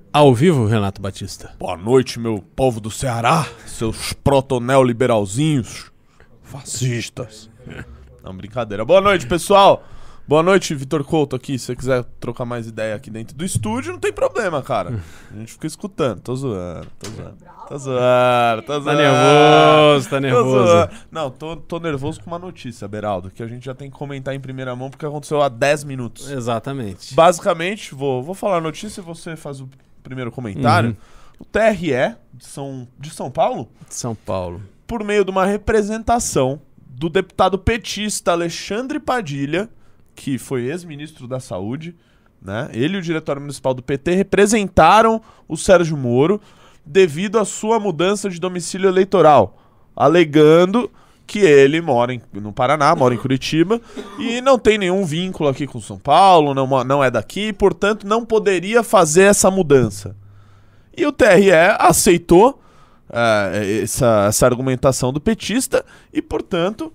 Ao vivo, Renato Batista. Boa noite, meu povo do Ceará, seus proto-neoliberalzinhos fascistas. Não, brincadeira. Boa noite, pessoal. Boa noite, Vitor Couto aqui. Se você quiser trocar mais ideia aqui dentro do estúdio, não tem problema, cara. A gente fica escutando. Tô zoando. Tá nervoso. Não, tô nervoso com uma notícia, Beraldo, que a gente já tem que comentar em primeira mão porque aconteceu há 10 minutos. Exatamente. Basicamente, vou falar a notícia e você faz o primeiro comentário. O TRE de São Paulo? São Paulo. Por meio de uma representação do deputado petista Alexandre Padilha, que foi ex-ministro da Saúde, né? Ele e o diretório municipal do PT representaram o Sérgio Moro devido à sua mudança de domicílio eleitoral, alegando que ele mora no Paraná, mora em Curitiba, e não tem nenhum vínculo aqui com São Paulo, não é daqui, e, portanto, não poderia fazer essa mudança. E o TRE aceitou essa argumentação do petista e, portanto,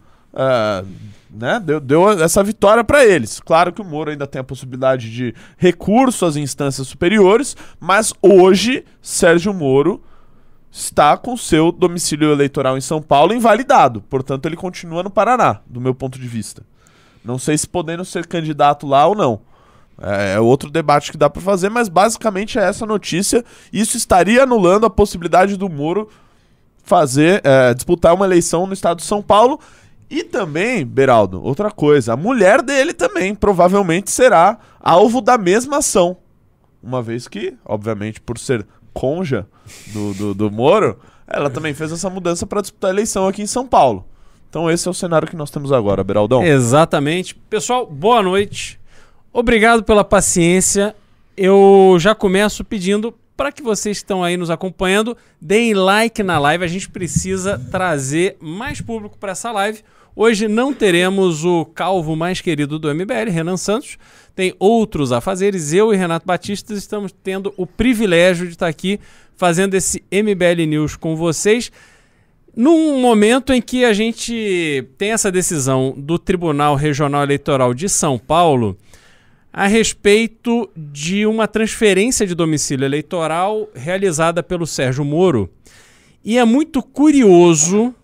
deu essa vitória para eles. Claro que o Moro ainda tem a possibilidade de recurso às instâncias superiores, mas hoje Sérgio Moro está com seu domicílio eleitoral em São Paulo invalidado. Portanto, ele continua no Paraná, do meu ponto de vista. Não sei se podendo ser candidato lá ou não. É outro debate que dá para fazer, mas basicamente é essa notícia. Isso estaria anulando a possibilidade do Moro disputar uma eleição no estado de São Paulo. E também, Beraldo, outra coisa, a mulher dele também provavelmente será alvo da mesma ação. Uma vez que, obviamente, por ser conja do Moro, ela também fez essa mudança para disputar a eleição aqui em São Paulo. Então esse é o cenário que nós temos agora, Beraldão. Exatamente. Pessoal, boa noite. Obrigado pela paciência. Eu já começo pedindo para que vocês que estão aí nos acompanhando, deem like na live. A gente precisa trazer mais público para essa live. Hoje não teremos o calvo mais querido do MBL, Renan Santos. Tem outros afazeres. Eu e Renato Batista estamos tendo o privilégio de estar aqui fazendo esse MBL News com vocês. Num momento em que a gente tem essa decisão do Tribunal Regional Eleitoral de São Paulo a respeito de uma transferência de domicílio eleitoral realizada pelo Sérgio Moro. E é muito curioso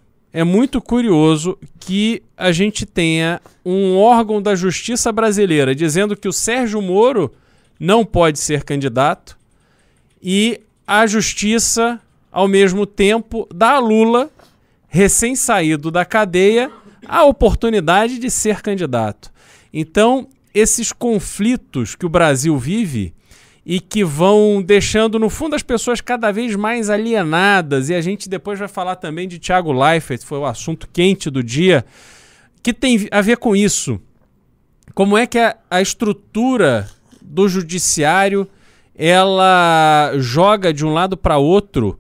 que a gente tenha um órgão da justiça brasileira dizendo que o Sérgio Moro não pode ser candidato e a justiça, ao mesmo tempo, dá a Lula, recém-saído da cadeia, a oportunidade de ser candidato. Então, esses conflitos que o Brasil vive e que vão deixando, no fundo, as pessoas cada vez mais alienadas, e a gente depois vai falar também de Thiago Leifert, foi o assunto quente do dia, que tem a ver com isso. Como é que a estrutura do judiciário ela joga de um lado para outro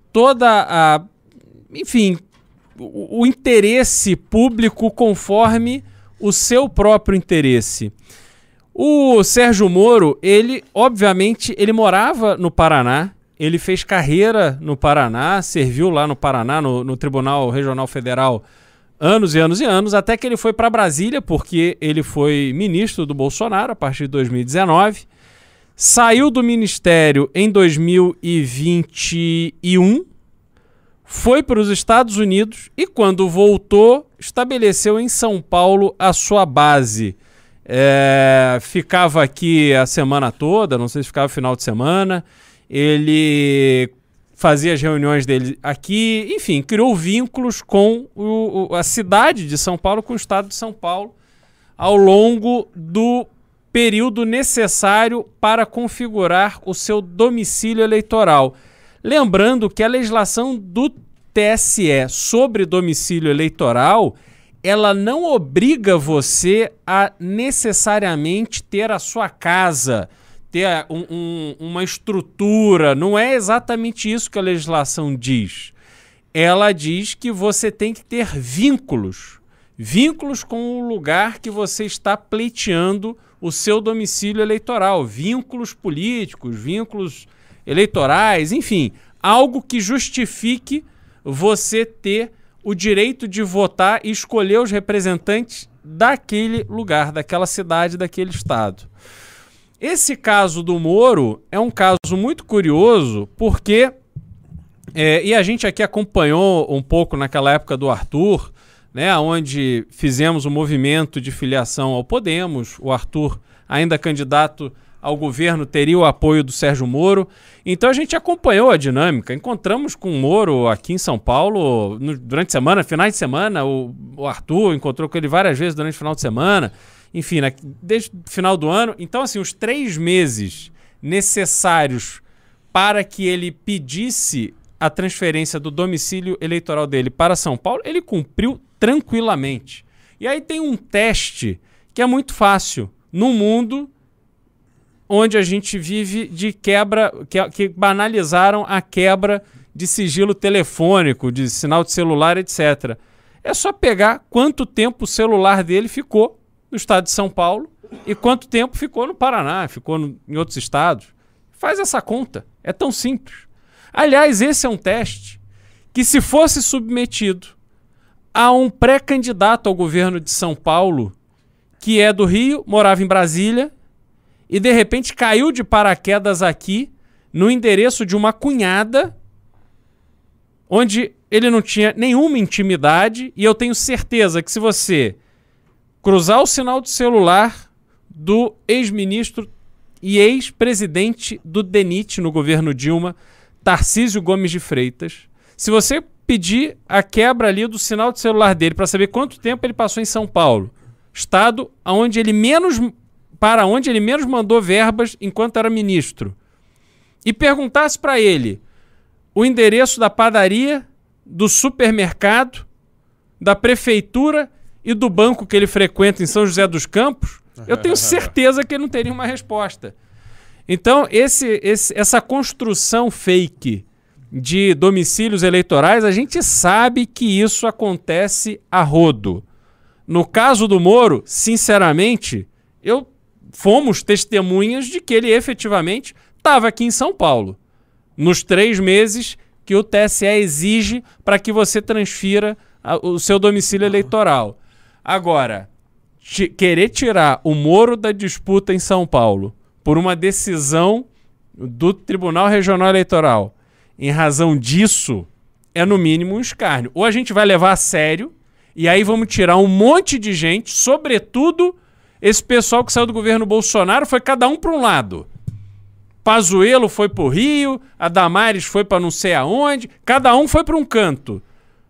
o interesse público conforme o seu próprio interesse. O Sérgio Moro, obviamente, ele morava no Paraná, ele fez carreira no Paraná, serviu lá no Paraná, no Tribunal Regional Federal, anos e anos e anos, até que ele foi para Brasília, porque ele foi ministro do Bolsonaro a partir de 2019, saiu do ministério em 2021, foi para os Estados Unidos e, quando voltou, estabeleceu em São Paulo a sua base. Ficava aqui a semana toda, não sei se ficava final de semana, ele fazia as reuniões dele aqui, enfim, criou vínculos com a cidade de São Paulo, com o estado de São Paulo, ao longo do período necessário para configurar o seu domicílio eleitoral. Lembrando que a legislação do TSE sobre domicílio eleitoral, ela não obriga você a necessariamente ter a sua casa, ter uma estrutura. Não é exatamente isso que a legislação diz. Ela diz que você tem que ter vínculos com o lugar que você está pleiteando o seu domicílio eleitoral, vínculos políticos, vínculos eleitorais, enfim, algo que justifique você ter o direito de votar e escolher os representantes daquele lugar, daquela cidade, daquele estado. Esse caso do Moro é um caso muito curioso porque, e a gente aqui acompanhou um pouco naquela época do Arthur, né, onde fizemos o movimento de filiação ao Podemos, o Arthur ainda candidato ao governo teria o apoio do Sérgio Moro, então a gente acompanhou a dinâmica, encontramos com o Moro aqui em São Paulo durante a semana, finais de semana, o Arthur encontrou com ele várias vezes durante o final de semana, enfim, desde o final do ano. Então, assim, os 3 meses necessários para que ele pedisse a transferência do domicílio eleitoral dele para São Paulo, ele cumpriu tranquilamente. E aí tem um teste que é muito fácil. Num mundo onde a gente vive de quebra, que banalizaram a quebra de sigilo telefônico, de sinal de celular, etc. É só pegar quanto tempo o celular dele ficou no estado de São Paulo e quanto tempo ficou no Paraná, ficou em outros estados. Faz essa conta. É tão simples. Aliás, esse é um teste que, se fosse submetido a um pré-candidato ao governo de São Paulo, que é do Rio, morava em Brasília, e de repente caiu de paraquedas aqui, no endereço de uma cunhada, onde ele não tinha nenhuma intimidade, e eu tenho certeza que se você cruzar o sinal do celular do ex-ministro e ex-presidente do DENIT no governo Dilma, Tarcísio Gomes de Freitas, se você pedir a quebra ali do sinal de celular dele para saber quanto tempo ele passou em São Paulo, estado para onde ele menos mandou verbas enquanto era ministro, e perguntasse para ele o endereço da padaria, do supermercado, da prefeitura e do banco que ele frequenta em São José dos Campos, eu tenho certeza que ele não teria uma resposta. Então, essa construção fake de domicílios eleitorais, a gente sabe que isso acontece a rodo. No caso do Moro, sinceramente, fomos testemunhas de que ele efetivamente estava aqui em São Paulo, nos 3 meses que o TSE exige para que você transfira o seu domicílio eleitoral. Agora, querer tirar o Moro da disputa em São Paulo por uma decisão do Tribunal Regional Eleitoral, em razão disso, é no mínimo um escárnio. Ou a gente vai levar a sério, e aí vamos tirar um monte de gente, sobretudo esse pessoal que saiu do governo Bolsonaro, foi cada um para um lado. Pazuello foi para o Rio, a Damares foi para não sei aonde, cada um foi para um canto.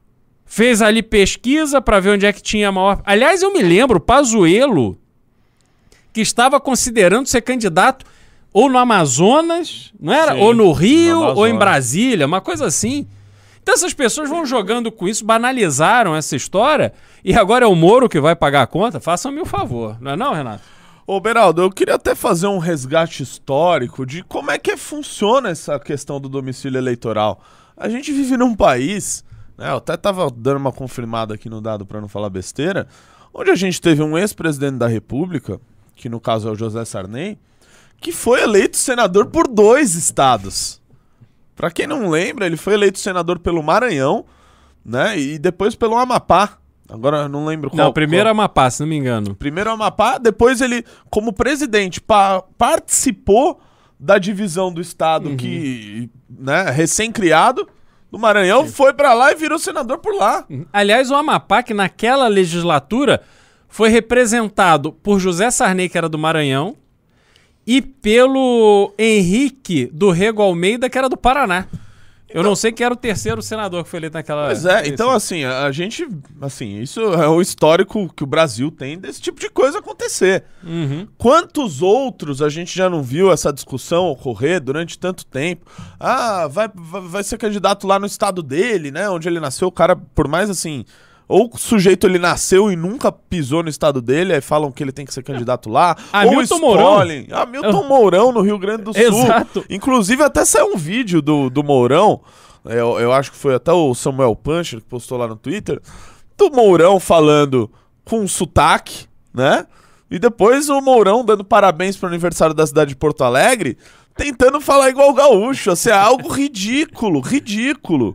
Fez ali pesquisa para ver onde é que tinha a maior... Aliás, eu me lembro, Pazuello, que estava considerando ser candidato ou no Amazonas, não era? Sim, ou no Rio, ou em Brasília, uma coisa assim. Então essas pessoas vão jogando com isso, banalizaram essa história, e agora é o Moro que vai pagar a conta? Façam-me o favor, não é não, Renato? Ô, Beraldo, eu queria até fazer um resgate histórico de como é que funciona essa questão do domicílio eleitoral. A gente vive num país, né, eu até estava dando uma confirmada aqui no dado para não falar besteira, onde a gente teve um ex-presidente da República, que no caso é o José Sarney, que foi eleito senador por 2 estados. Pra quem não lembra, ele foi eleito senador pelo Maranhão, né, e depois pelo Amapá. Agora eu não lembro qual. Não, primeiro Amapá, se não me engano. Primeiro Amapá, depois ele, como presidente, participou da divisão do estado que, né, recém-criado, do Maranhão, sim, foi pra lá e virou senador por lá. Aliás, o Amapá, que naquela legislatura foi representado por José Sarney, que era do Maranhão, e pelo Henrique do Rego Almeida, que era do Paraná. Eu não sei quem era o terceiro senador que foi eleito naquela... Pois é, então assim, a gente... Assim, isso é o histórico que o Brasil tem desse tipo de coisa acontecer. Uhum. Quantos outros a gente já não viu essa discussão ocorrer durante tanto tempo? Ah, vai ser candidato lá no estado dele, né? Onde ele nasceu, o cara, por mais assim... Ou o sujeito ele nasceu e nunca pisou no estado dele, aí falam que ele tem que ser candidato lá. Hamilton Mourão. Hamilton Mourão no Rio Grande do Sul. Exato. Inclusive até saiu um vídeo do Mourão, eu acho que foi até o Samuel Puncher que postou lá no Twitter, do Mourão falando com sotaque, né? E depois o Mourão dando parabéns pro aniversário da cidade de Porto Alegre, tentando falar igual o gaúcho. Assim, é algo ridículo, ridículo.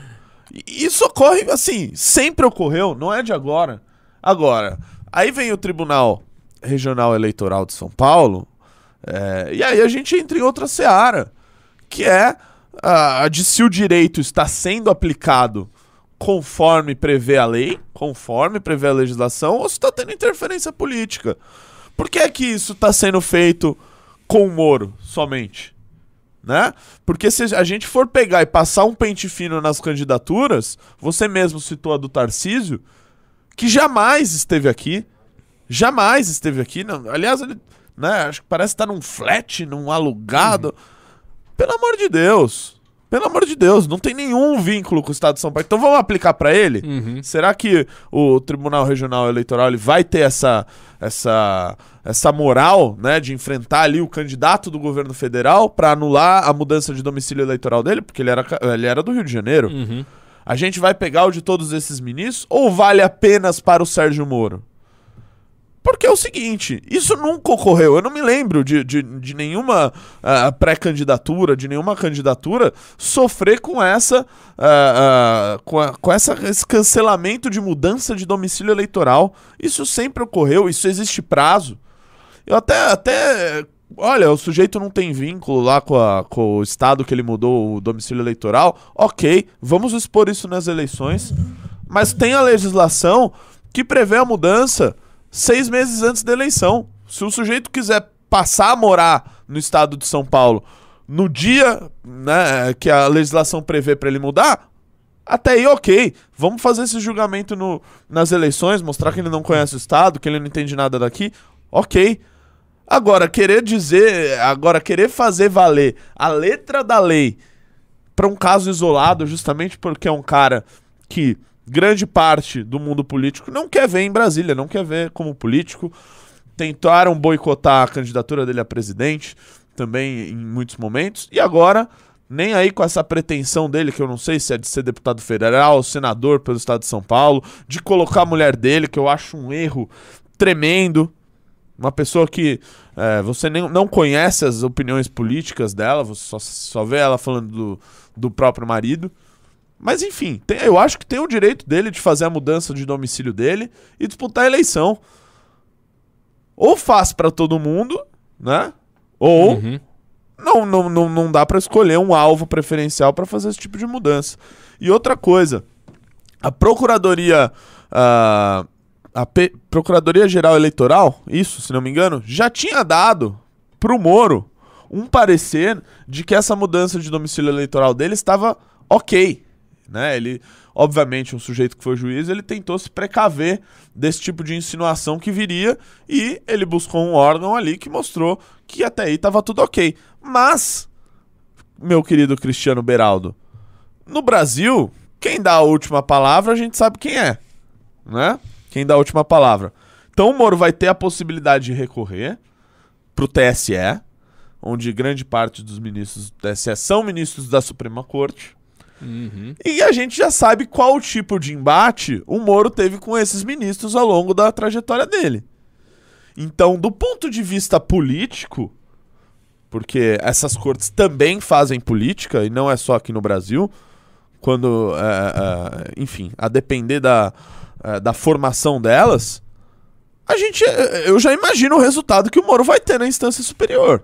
Isso ocorre, assim, sempre ocorreu, não é de agora. Agora, aí vem o Tribunal Regional Eleitoral de São Paulo E aí a gente entra em outra seara, que é a de se o direito está sendo aplicado conforme prevê a lei, conforme prevê a legislação, ou se está tendo interferência política. Por que é que isso está sendo feito com o Moro somente? Né? Porque se a gente for pegar e passar um pente fino nas candidaturas, você mesmo citou a do Tarcísio, que jamais esteve aqui. Jamais esteve aqui. Não, aliás, ele, né, acho que parece estar num flat, num alugado. Pelo amor de Deus. Pelo amor de Deus, não tem nenhum vínculo com o Estado de São Paulo. Então vamos aplicar para ele? Será que o Tribunal Regional Eleitoral ele vai ter essa moral, né, de enfrentar ali o candidato do governo federal para anular a mudança de domicílio eleitoral dele? Porque ele era do Rio de Janeiro. A gente vai pegar o de todos esses ministros ou vale apenas para o Sérgio Moro? Porque é o seguinte, isso nunca ocorreu. Eu não me lembro de nenhuma pré-candidatura, de nenhuma candidatura sofrer com esse cancelamento de mudança de domicílio eleitoral. Isso sempre ocorreu, isso existe prazo. Eu até olha, o sujeito não tem vínculo lá com o estado que ele mudou o domicílio eleitoral. Ok, vamos expor isso nas eleições. Mas tem a legislação que prevê a mudança 6 meses antes da eleição. Se o sujeito quiser passar a morar no estado de São Paulo no dia, né, que a legislação prevê para ele mudar, até aí ok. Vamos fazer esse julgamento nas eleições, mostrar que ele não conhece o estado, que ele não entende nada daqui. Ok. Agora, querer fazer valer a letra da lei para um caso isolado, justamente porque é um cara que grande parte do mundo político não quer ver em Brasília, não quer ver como político. Tentaram boicotar a candidatura dele a presidente também em muitos momentos. E agora, nem aí com essa pretensão dele, que eu não sei se é de ser deputado federal, senador pelo estado de São Paulo, de colocar a mulher dele, que eu acho um erro tremendo. Uma pessoa que você não conhece as opiniões políticas dela, você só vê ela falando do próprio marido. Mas enfim, eu acho que tem o direito dele de fazer a mudança de domicílio dele e disputar a eleição. Ou faz pra todo mundo, né? Ou não dá pra escolher um alvo preferencial pra fazer esse tipo de mudança. E outra coisa, a Procuradoria Procuradoria-Geral Eleitoral, isso, se não me engano, já tinha dado pro Moro um parecer de que essa mudança de domicílio eleitoral dele estava ok. Né? Ele, obviamente, um sujeito que foi juiz, ele tentou se precaver desse tipo de insinuação que viria e ele buscou um órgão ali que mostrou que até aí estava tudo ok. Mas, meu querido Cristiano Beraldo, no Brasil, quem dá a última palavra a gente sabe quem é, né? Quem dá a última palavra. Então o Moro vai ter a possibilidade de recorrer pro TSE, onde grande parte dos ministros do TSE são ministros da Suprema Corte. E a gente já sabe qual tipo de embate o Moro teve com esses ministros ao longo da trajetória dele. Então, do ponto de vista político, porque essas cortes também fazem política, e não é só aqui no Brasil, quando, enfim, a depender da formação delas, eu já imagino o resultado que o Moro vai ter na instância superior.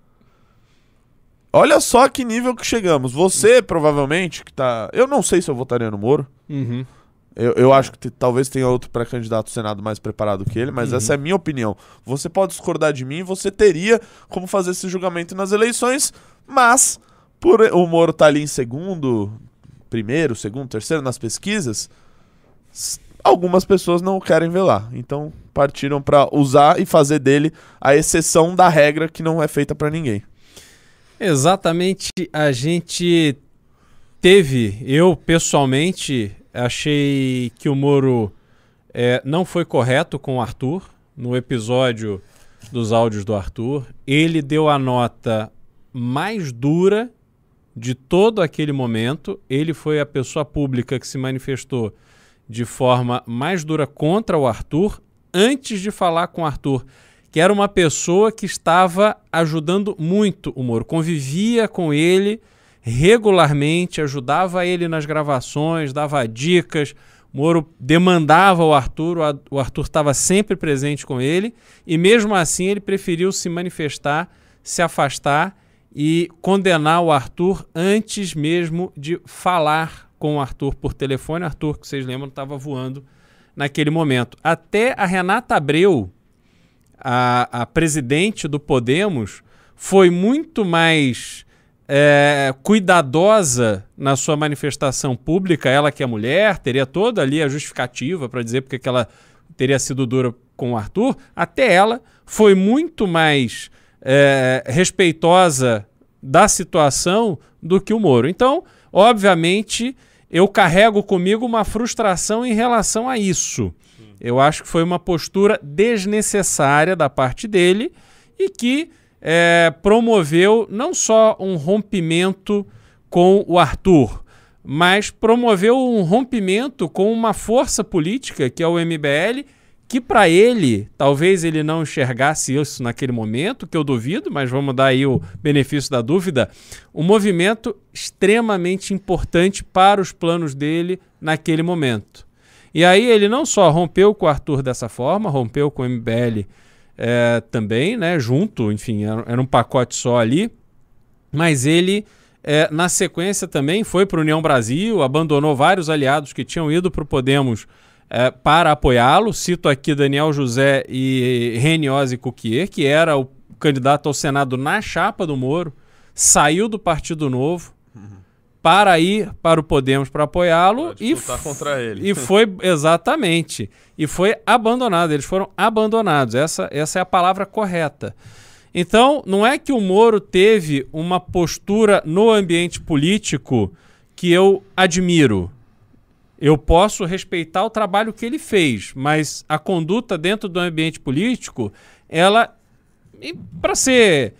Olha só que nível que chegamos. Você, provavelmente, que tá... Eu não sei se eu votaria no Moro. Eu acho que talvez tenha outro pré-candidato ao Senado mais preparado que ele, mas essa é a minha opinião. Você pode discordar de mim, você teria como fazer esse julgamento nas eleições, mas por o Moro estar ali em primeiro, segundo, terceiro nas pesquisas, algumas pessoas não o querem ver lá. Então partiram para usar e fazer dele a exceção da regra que não é feita para ninguém. Exatamente, a gente teve, eu pessoalmente achei que o Moro não foi correto com o Arthur, no episódio dos áudios do Arthur. Ele deu a nota mais dura de todo aquele momento, ele foi a pessoa pública que se manifestou de forma mais dura contra o Arthur, antes de falar com o Arthur, que era uma pessoa que estava ajudando muito o Moro, convivia com ele regularmente, ajudava ele nas gravações, dava dicas, o Moro demandava o Arthur estava sempre presente com ele, e mesmo assim ele preferiu se manifestar se afastar e condenar o Arthur antes mesmo de falar com o Arthur por telefone. Arthur, que vocês lembram, estava voando naquele momento. Até a Renata Abreu, a presidente do Podemos, foi muito mais cuidadosa na sua manifestação pública. Ela que é mulher, teria toda ali a justificativa para dizer porque que ela teria sido dura com o Arthur. Até ela foi muito mais respeitosa da situação do que o Moro. Então, obviamente, eu carrego comigo uma frustração em relação a isso. Eu acho que foi uma postura desnecessária da parte dele e que promoveu não só um rompimento com o Arthur, mas promoveu um rompimento com uma força política, que é o MBL, que para ele, talvez ele não enxergasse isso naquele momento, que eu duvido, mas vamos dar aí o benefício da dúvida, um movimento extremamente importante para os planos dele naquele momento. E aí ele não só rompeu com o Arthur dessa forma, rompeu com o MBL também, né, junto, enfim, era um pacote só ali, mas ele, na sequência também, foi para a União Brasil, abandonou vários aliados que tinham ido para o Podemos para apoiá-lo. Cito aqui Daniel José e Reni Ozzi Cuquier, que era o candidato ao Senado na chapa do Moro, saiu do Partido Novo para ir para o Podemos para apoiá-lo e contra ele. E foi exatamente, e foi abandonado, eles foram abandonados, essa é a palavra correta. Então, não é que o Moro teve uma postura no ambiente político que eu admiro. Eu posso respeitar o trabalho que ele fez, mas a conduta dentro do ambiente político, ela, para ser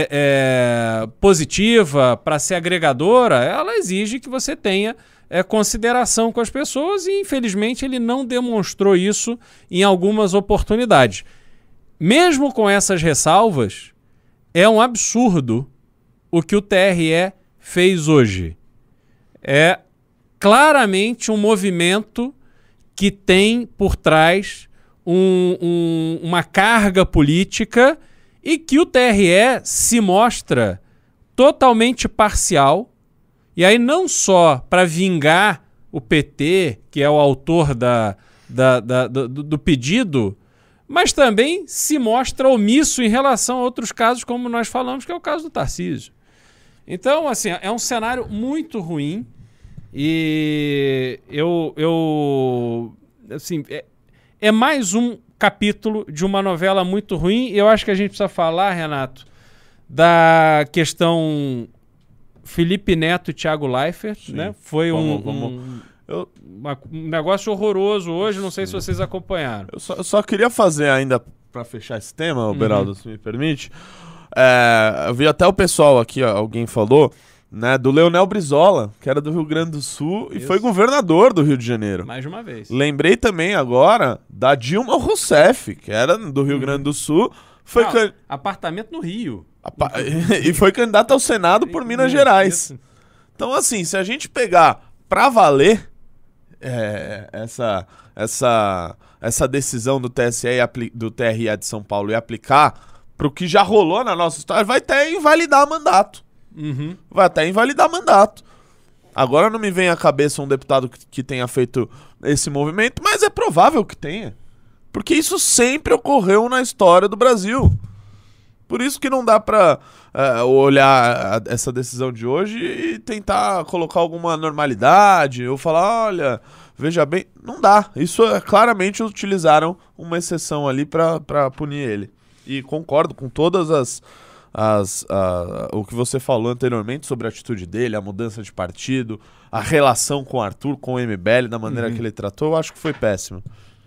positiva, para ser agregadora, ela exige que você tenha consideração com as pessoas e, infelizmente, ele não demonstrou isso em algumas oportunidades. Mesmo com essas ressalvas, é um absurdo o que o TRE fez hoje. É claramente um movimento que tem por trás uma carga política e que o TRE se mostra totalmente parcial, e aí não só para vingar o PT, que é o autor do pedido, mas também se mostra omisso em relação a outros casos, como nós falamos, que é o caso do Tarcísio. Então, assim, é um cenário muito ruim e assim, é mais um capítulo de uma novela muito ruim. E eu acho que a gente precisa falar, Renato, da questão Felipe Neto e Thiago Leifert, né? Foi um negócio horroroso hoje, não sei se vocês acompanharam. Eu só queria fazer ainda, para fechar esse tema, Beraldo, se me permite, eu vi até o pessoal aqui, alguém falou, né, do Leonel Brizola, que era do Rio Grande do Sul e foi governador do Rio de Janeiro. Mais de uma vez. Lembrei também agora da Dilma Rousseff, que era do Rio Grande do Sul. Apartamento no Rio. E foi candidato ao Senado por Minas Gerais. Isso. Então, assim, se a gente pegar pra valer essa decisão do TSE e do TRE de São Paulo e aplicar pro que já rolou na nossa história, vai até invalidar mandato. Vai até invalidar mandato. Agora não me vem à cabeça um deputado que tenha feito esse movimento, mas é provável que tenha. Porque isso sempre ocorreu na história do Brasil. Por isso que não dá pra olhar essa decisão de hoje e tentar colocar alguma normalidade, ou falar, olha, veja bem, não dá. Isso claramente utilizaram uma exceção ali pra punir ele. E concordo com todas o que você falou anteriormente sobre a atitude dele, a mudança de partido, a relação com o Arthur, com o MBL, da maneira que ele tratou, eu acho que foi péssimo.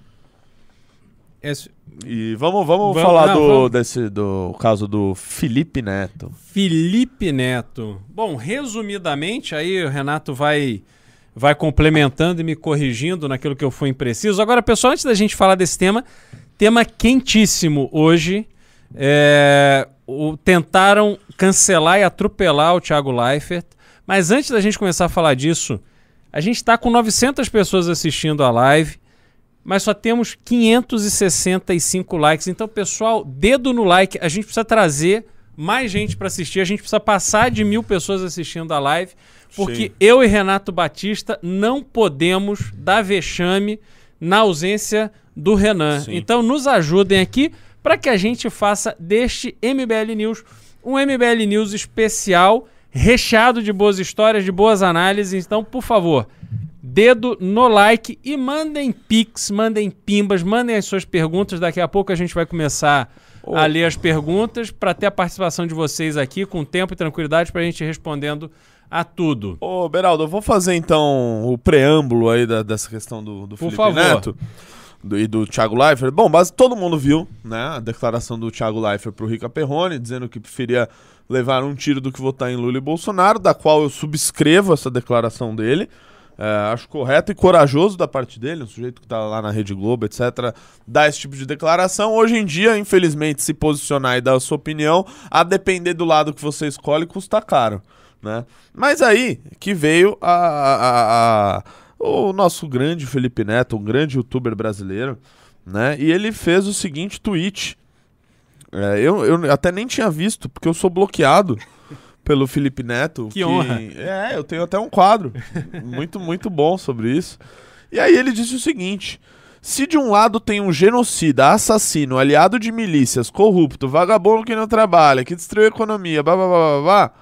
E vamos falar do caso do Felipe Neto. Felipe Neto. Bom, resumidamente, aí o Renato vai complementando e me corrigindo naquilo que eu fui impreciso. Agora, pessoal, antes da gente falar desse tema quentíssimo hoje, tentaram cancelar e atropelar o Thiago Leifert, mas antes da gente começar a falar disso, a gente está com 900 pessoas assistindo a live, mas só temos 565 likes. Então, pessoal, dedo no like. A gente precisa trazer mais gente para assistir. A gente precisa passar de 1.000 pessoas assistindo a live, porque Sim. eu e Renato Batista não podemos dar vexame na ausência do Renan. Sim. Então nos ajudem aqui para que a gente faça deste MBL News um MBL News especial, recheado de boas histórias, de boas análises. Então, por favor, dedo no like e mandem pics, mandem pimbas, mandem as suas perguntas. Daqui a pouco a gente vai começar a ler as perguntas para ter a participação de vocês aqui com tempo e tranquilidade para a gente ir respondendo a tudo. Ô, Beraldo, eu vou fazer então o preâmbulo aí dessa questão do Felipe Neto e do Thiago Leifert. Bom, mas todo mundo viu, né, a declaração do Thiago Leifert pro Rica Perrone, dizendo que preferia levar um tiro do que votar em Lula e Bolsonaro, da qual eu subscrevo essa declaração dele. Acho correto e corajoso da parte dele, um sujeito que tá lá na Rede Globo, etc., dar esse tipo de declaração. Hoje em dia, infelizmente, se posicionar e dar a sua opinião, a depender do lado que você escolhe, custa caro, né? Mas aí que veio o nosso grande Felipe Neto, um grande youtuber brasileiro, né? E ele fez o seguinte tweet. Eu até nem tinha visto, porque eu sou bloqueado pelo Felipe Neto. Que honra. Eu tenho até um quadro muito, muito bom sobre isso. E aí ele disse o seguinte: se de um lado tem um genocida, assassino, aliado de milícias, corrupto, vagabundo que não trabalha, que destruiu a economia, blá blá blá blá blá,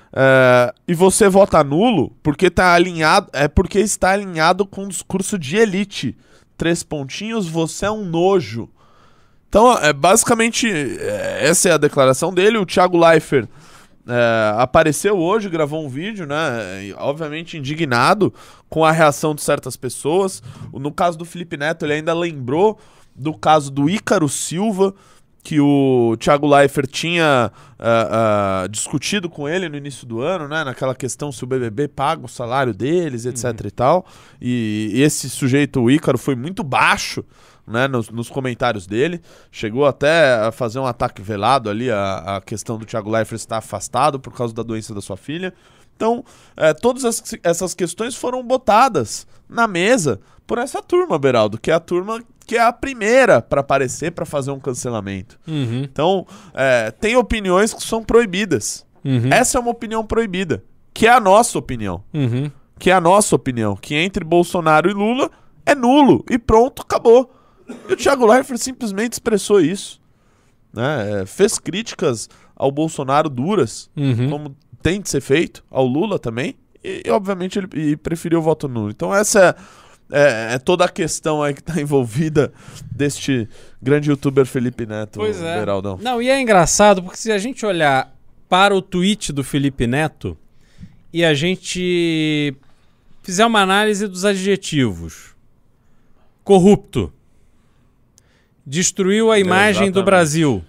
e você vota nulo porque tá alinhado, porque está alinhado com um discurso de elite. 3 pontinhos, você é um nojo. Então, basicamente, essa é a declaração dele. O Thiago Leifert apareceu hoje, gravou um vídeo, né? Obviamente indignado com a reação de certas pessoas. No caso do Felipe Neto, ele ainda lembrou do caso do Ícaro Silva, que o Thiago Leifert tinha discutido com ele no início do ano, né? Naquela questão se o BBB paga o salário deles, etc. e tal. E esse sujeito, o Ícaro, foi muito baixo, né, nos comentários dele. Chegou até a fazer um ataque velado ali, a questão do Thiago Leifert estar afastado por causa da doença da sua filha. Então, todas essas questões foram botadas na mesa por essa turma, Beraldo, que é a turma que é a primeira para aparecer, para fazer um cancelamento. Uhum. Então, tem opiniões que são proibidas. Uhum. Essa é uma opinião proibida, que é a nossa opinião. Uhum. Que é a nossa opinião, que entre Bolsonaro e Lula é nulo, e pronto, acabou. E o Thiago Leifert simplesmente expressou isso, né? Fez críticas ao Bolsonaro duras, como tem de ser feito, ao Lula também, e obviamente ele preferiu o voto nulo. Então essa é toda a questão aí que está envolvida deste grande youtuber Felipe Neto, Pois é. Beraldão. Não, e é engraçado porque se a gente olhar para o tweet do Felipe Neto e a gente fizer uma análise dos adjetivos: corrupto, destruiu a imagem do Exatamente. Brasil,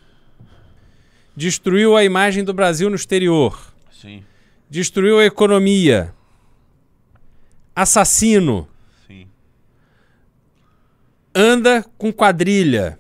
destruiu a imagem do Brasil no exterior, Sim, destruiu a economia, assassino, sim. anda com quadrilha.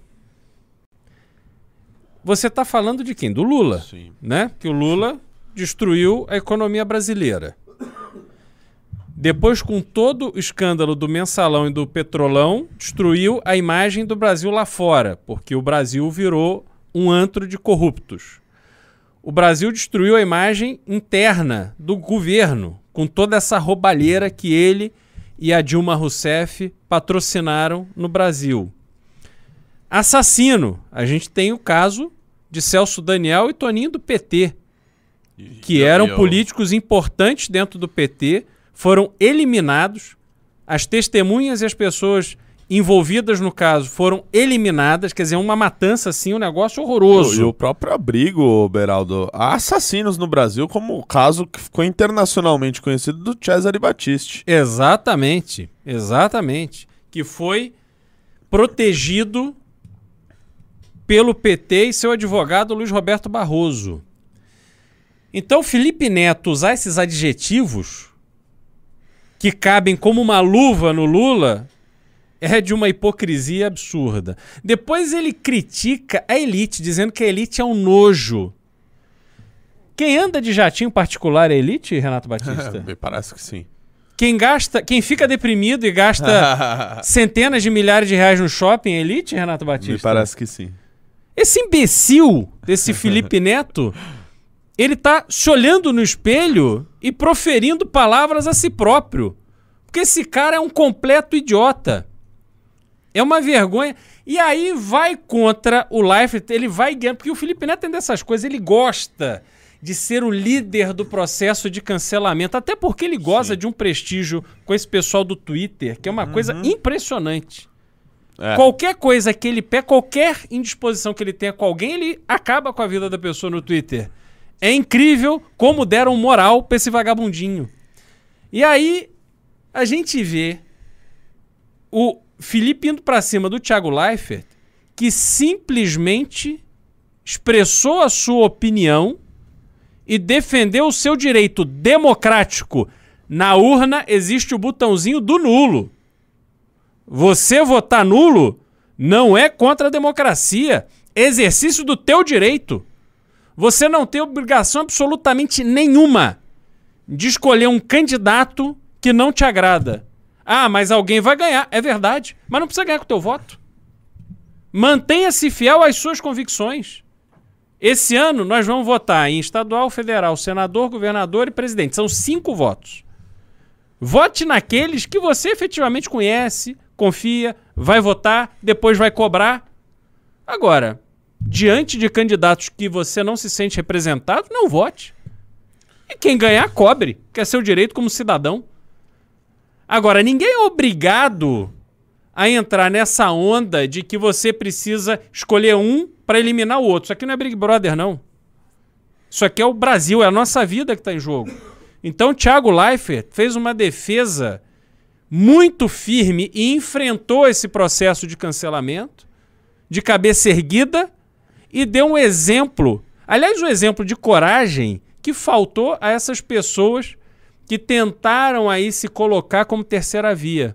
Você está falando de quem? Do Lula, Sim. né? Que o Lula destruiu a economia brasileira. Depois, com todo o escândalo do Mensalão e do Petrolão, destruiu a imagem do Brasil lá fora, porque o Brasil virou um antro de corruptos. O Brasil destruiu a imagem interna do governo, com toda essa roubalheira que ele e a Dilma Rousseff patrocinaram no Brasil. Assassino. A gente tem o caso de Celso Daniel e Toninho do PT, que eram políticos importantes dentro do PT, foram eliminados, as testemunhas e as pessoas envolvidas no caso foram eliminadas, quer dizer, uma matança assim, um negócio horroroso. E o próprio abrigo, Beraldo, há assassinos no Brasil, como o caso que ficou internacionalmente conhecido do Cesare Battisti. Exatamente, exatamente. Que foi protegido pelo PT e seu advogado Luiz Roberto Barroso. Então, Felipe Neto usar esses adjetivos que cabem como uma luva no Lula é de uma hipocrisia absurda. Depois ele critica a elite, dizendo que a elite é um nojo. Quem anda de jatinho particular é elite, Renato Batista? Me parece que sim. Quem fica deprimido e gasta centenas de milhares de reais no shopping é elite, Renato Batista? Me parece que sim. Esse imbecil desse Felipe Neto, ele tá se olhando no espelho e proferindo palavras a si próprio. Porque esse cara é um completo idiota. É uma vergonha. E aí vai contra o Leifert, ele vai ganhando. Porque o Felipe Neto tem dessas coisas, ele gosta de ser o líder do processo de cancelamento. Até porque ele goza de um prestígio com esse pessoal do Twitter, que é uma coisa impressionante. Qualquer coisa que ele pega, qualquer indisposição que ele tenha com alguém, ele acaba com a vida da pessoa no Twitter. É incrível como deram moral pra esse vagabundinho. E aí, a gente vê o Felipe indo pra cima do Thiago Leifert, que simplesmente expressou a sua opinião e defendeu o seu direito democrático. Na urna existe o botãozinho do nulo. Você votar nulo não é contra a democracia. É exercício do teu direito. Você não tem obrigação absolutamente nenhuma de escolher um candidato que não te agrada. Ah, mas alguém vai ganhar. É verdade. Mas não precisa ganhar com o teu voto. Mantenha-se fiel às suas convicções. Esse ano nós vamos votar em estadual, federal, senador, governador e presidente. São 5 votos. Vote naqueles que você efetivamente conhece, confia, vai votar, depois vai cobrar. Agora, diante de candidatos que você não se sente representado, não vote. E quem ganhar, cobre, que é seu direito como cidadão. Agora, ninguém é obrigado a entrar nessa onda de que você precisa escolher um para eliminar o outro. Isso aqui não é Big Brother, não. Isso aqui é o Brasil, é a nossa vida que está em jogo. Então, Thiago Leifert fez uma defesa muito firme e enfrentou esse processo de cancelamento, de cabeça erguida, e deu um exemplo, aliás, um exemplo de coragem que faltou a essas pessoas que tentaram aí se colocar como terceira via.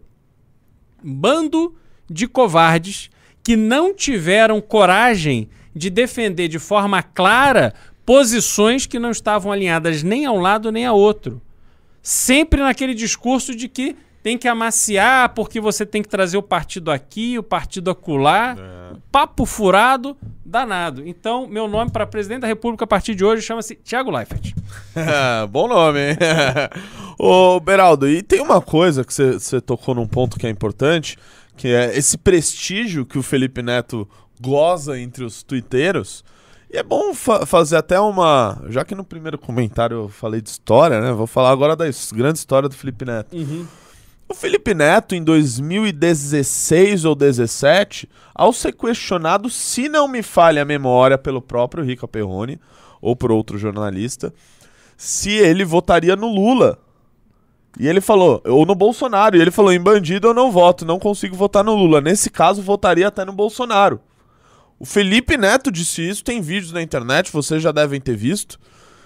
Bando de covardes que não tiveram coragem de defender de forma clara posições que não estavam alinhadas nem a um lado nem a outro. Sempre naquele discurso de que tem que amaciar porque você tem que trazer o partido aqui, o partido acolá. Papo furado, danado. Então, meu nome para presidente da República a partir de hoje chama-se Thiago Leifert. Bom nome, hein? Ô, Beraldo, e tem uma coisa que você tocou num ponto que é importante, que é esse prestígio que o Felipe Neto goza entre os tuiteiros. E é bom fazer até uma... Já que no primeiro comentário eu falei de história, né? Vou falar agora da grande história do Felipe Neto. O Felipe Neto, em 2016 ou 2017, ao ser questionado, se não me falha a memória, pelo próprio Rica Perrone ou por outro jornalista, se ele votaria no Lula. E ele falou, ou no Bolsonaro, e ele falou, em bandido eu não voto, não consigo votar no Lula. Nesse caso, votaria até no Bolsonaro. O Felipe Neto disse isso, tem vídeos na internet, vocês já devem ter visto.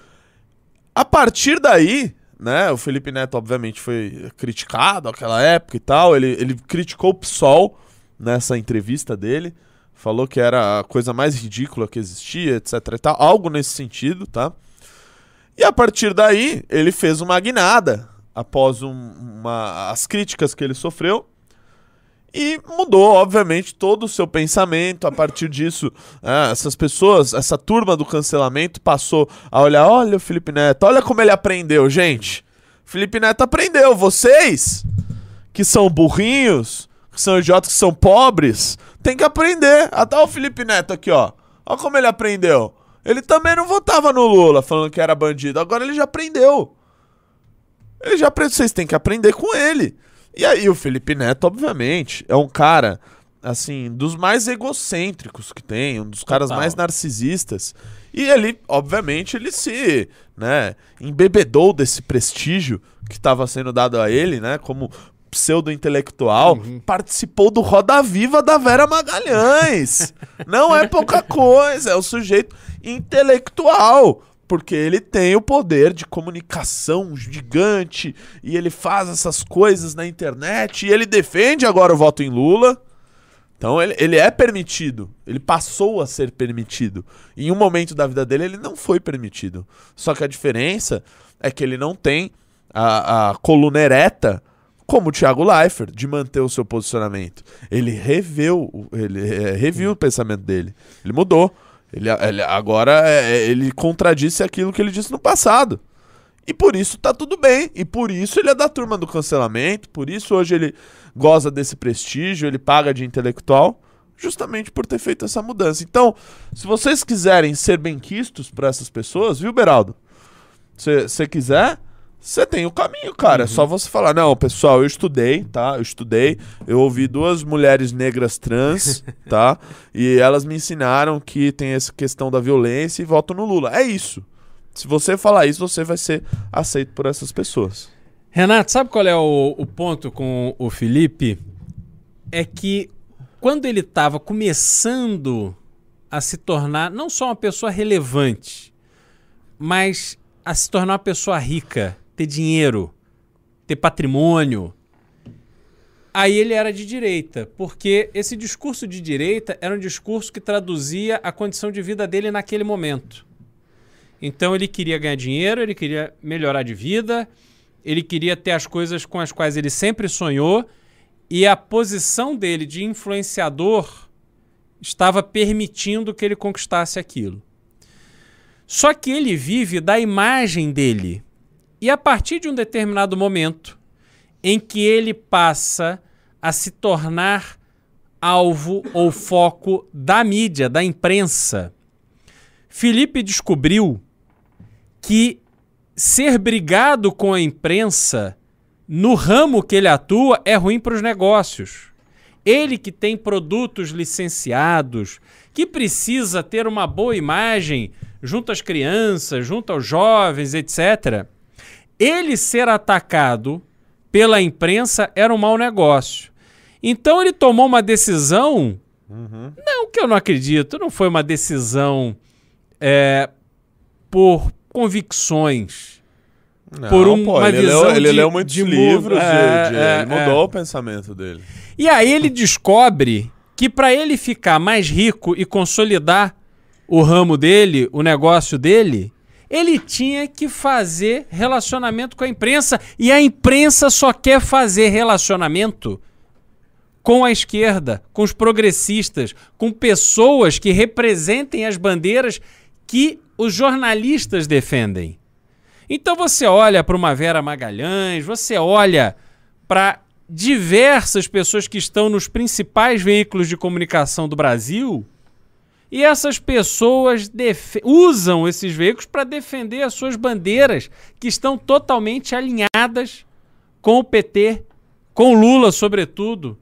A partir daí, né, o Felipe Neto obviamente foi criticado naquela época e tal, ele criticou o PSOL nessa entrevista dele, falou que era a coisa mais ridícula que existia, etc e tal, algo nesse sentido, tá? E a partir daí, ele fez uma guinada após as críticas que ele sofreu e mudou, obviamente, todo o seu pensamento. A partir disso, essas pessoas, essa turma do cancelamento passou a olhar, olha o Felipe Neto, olha como ele aprendeu, gente. Felipe Neto aprendeu, vocês que são burrinhos, que são idiotas, que são pobres, tem que aprender. Até o Felipe Neto aqui, ó. Olha como ele aprendeu. Ele também não votava no Lula, falando que era bandido. Agora ele já aprendeu. Vocês têm que aprender com ele. E aí o Felipe Neto, obviamente, é um cara, assim, dos mais egocêntricos que tem, um dos caras mais narcisistas. E ele, obviamente, ele se, né, embebedou desse prestígio que estava sendo dado a ele, né, como pseudo-intelectual, participou do Roda Viva da Vera Magalhães. Não é pouca coisa, é o sujeito intelectual, porque ele tem o poder de comunicação gigante e ele faz essas coisas na internet e ele defende agora o voto em Lula. Então ele é permitido, ele passou a ser permitido. Em um momento da vida dele ele não foi permitido. Só que a diferença é que ele não tem a coluna ereta como o Thiago Leifert, de manter o seu posicionamento. Ele reviu o pensamento dele. Ele mudou. Agora ele contradisse aquilo que ele disse no passado. E por isso tá tudo bem. E por isso ele é da turma do cancelamento. Por isso hoje ele goza desse prestígio, ele paga de intelectual, justamente por ter feito essa mudança. Então, se vocês quiserem ser benquistos por essas pessoas, viu, Beraldo? Se você quiser, você tem o caminho, cara. É só você falar, não, pessoal, eu estudei, tá? Eu ouvi 2 mulheres negras trans, tá? E elas me ensinaram que tem essa questão da violência e voto no Lula. É isso. Se você falar isso, você vai ser aceito por essas pessoas. Renato, sabe qual é o ponto com o Felipe? É que quando ele estava começando a se tornar não só uma pessoa relevante, mas a se tornar uma pessoa rica, ter dinheiro, ter patrimônio, aí ele era de direita, porque esse discurso de direita era um discurso que traduzia a condição de vida dele naquele momento. Então ele queria ganhar dinheiro, ele queria melhorar de vida, ele queria ter as coisas com as quais ele sempre sonhou, e a posição dele de influenciador estava permitindo que ele conquistasse aquilo. Só que ele vive da imagem dele. E a partir de um determinado momento em que ele passa a se tornar alvo ou foco da mídia, da imprensa, Felipe descobriu que ser brigado com a imprensa no ramo que ele atua é ruim para os negócios. Ele que tem produtos licenciados, que precisa ter uma boa imagem junto às crianças, junto aos jovens, etc. Ele ser atacado pela imprensa era um mau negócio. Então ele tomou uma decisão, não que eu não acredito, não foi uma decisão por convicções, Não, por uma visão ele leu muitos livros, ele ele mudou o pensamento dele. E aí ele descobre que para ele ficar mais rico e consolidar o ramo dele, o negócio dele, ele tinha que fazer relacionamento com a imprensa. E a imprensa só quer fazer relacionamento com a esquerda, com os progressistas, com pessoas que representem as bandeiras que os jornalistas defendem. Então você olha para uma Vera Magalhães, você olha para diversas pessoas que estão nos principais veículos de comunicação do Brasil, e essas pessoas usam esses veículos para defender as suas bandeiras, que estão totalmente alinhadas com o PT, com Lula, sobretudo.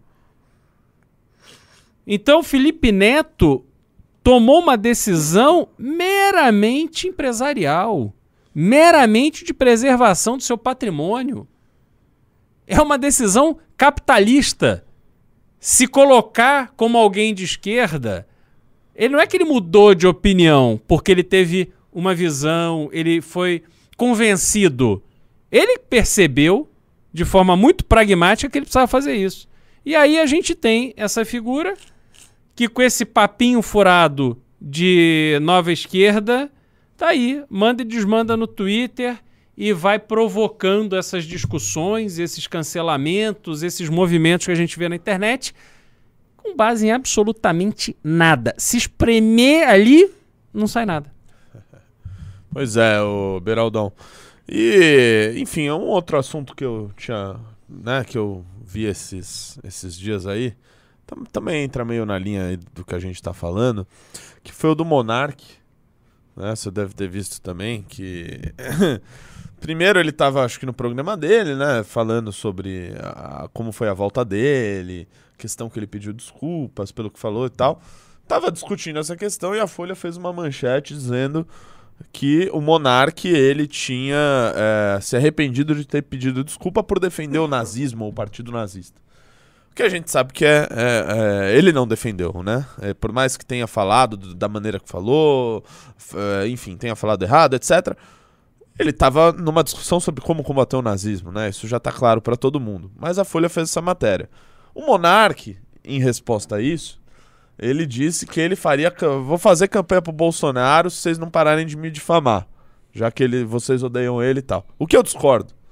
Então, Felipe Neto tomou uma decisão meramente empresarial, meramente de preservação do seu patrimônio. É uma decisão capitalista. Se colocar como alguém de esquerda, ele não é que ele mudou de opinião porque ele teve uma visão, ele foi convencido. Ele percebeu de forma muito pragmática que ele precisava fazer isso. E aí a gente tem essa figura que, com esse papinho furado de nova esquerda, tá aí, manda e desmanda no Twitter e vai provocando essas discussões, esses cancelamentos, esses movimentos que a gente vê na internet, com base em absolutamente nada. Se espremer ali, não sai nada. Pois é, o Beraldão. E, enfim, é um outro assunto que eu tinha, né, que eu vi esses dias aí, também entra meio na linha aí do que a gente tá falando, que foi o do Monark, né? Você deve ter visto também que primeiro ele tava, acho que no programa dele, né, falando sobre como foi a volta dele, questão que ele pediu desculpas pelo que falou e tal. Tava discutindo essa questão e a Folha fez uma manchete dizendo que o Monark, ele tinha se arrependido de ter pedido desculpa por defender o nazismo ou o partido nazista. O que a gente sabe que ele não defendeu, né? Por mais que tenha falado da maneira que falou, enfim, tenha falado errado, etc., ele estava numa discussão sobre como combater o nazismo, né? Isso já está claro para todo mundo. Mas a Folha fez essa matéria. O Monark, em resposta a isso, ele disse que ele faria... Vou fazer campanha pro Bolsonaro se vocês não pararem de me difamar, já que vocês odeiam ele e tal. O que eu discordo,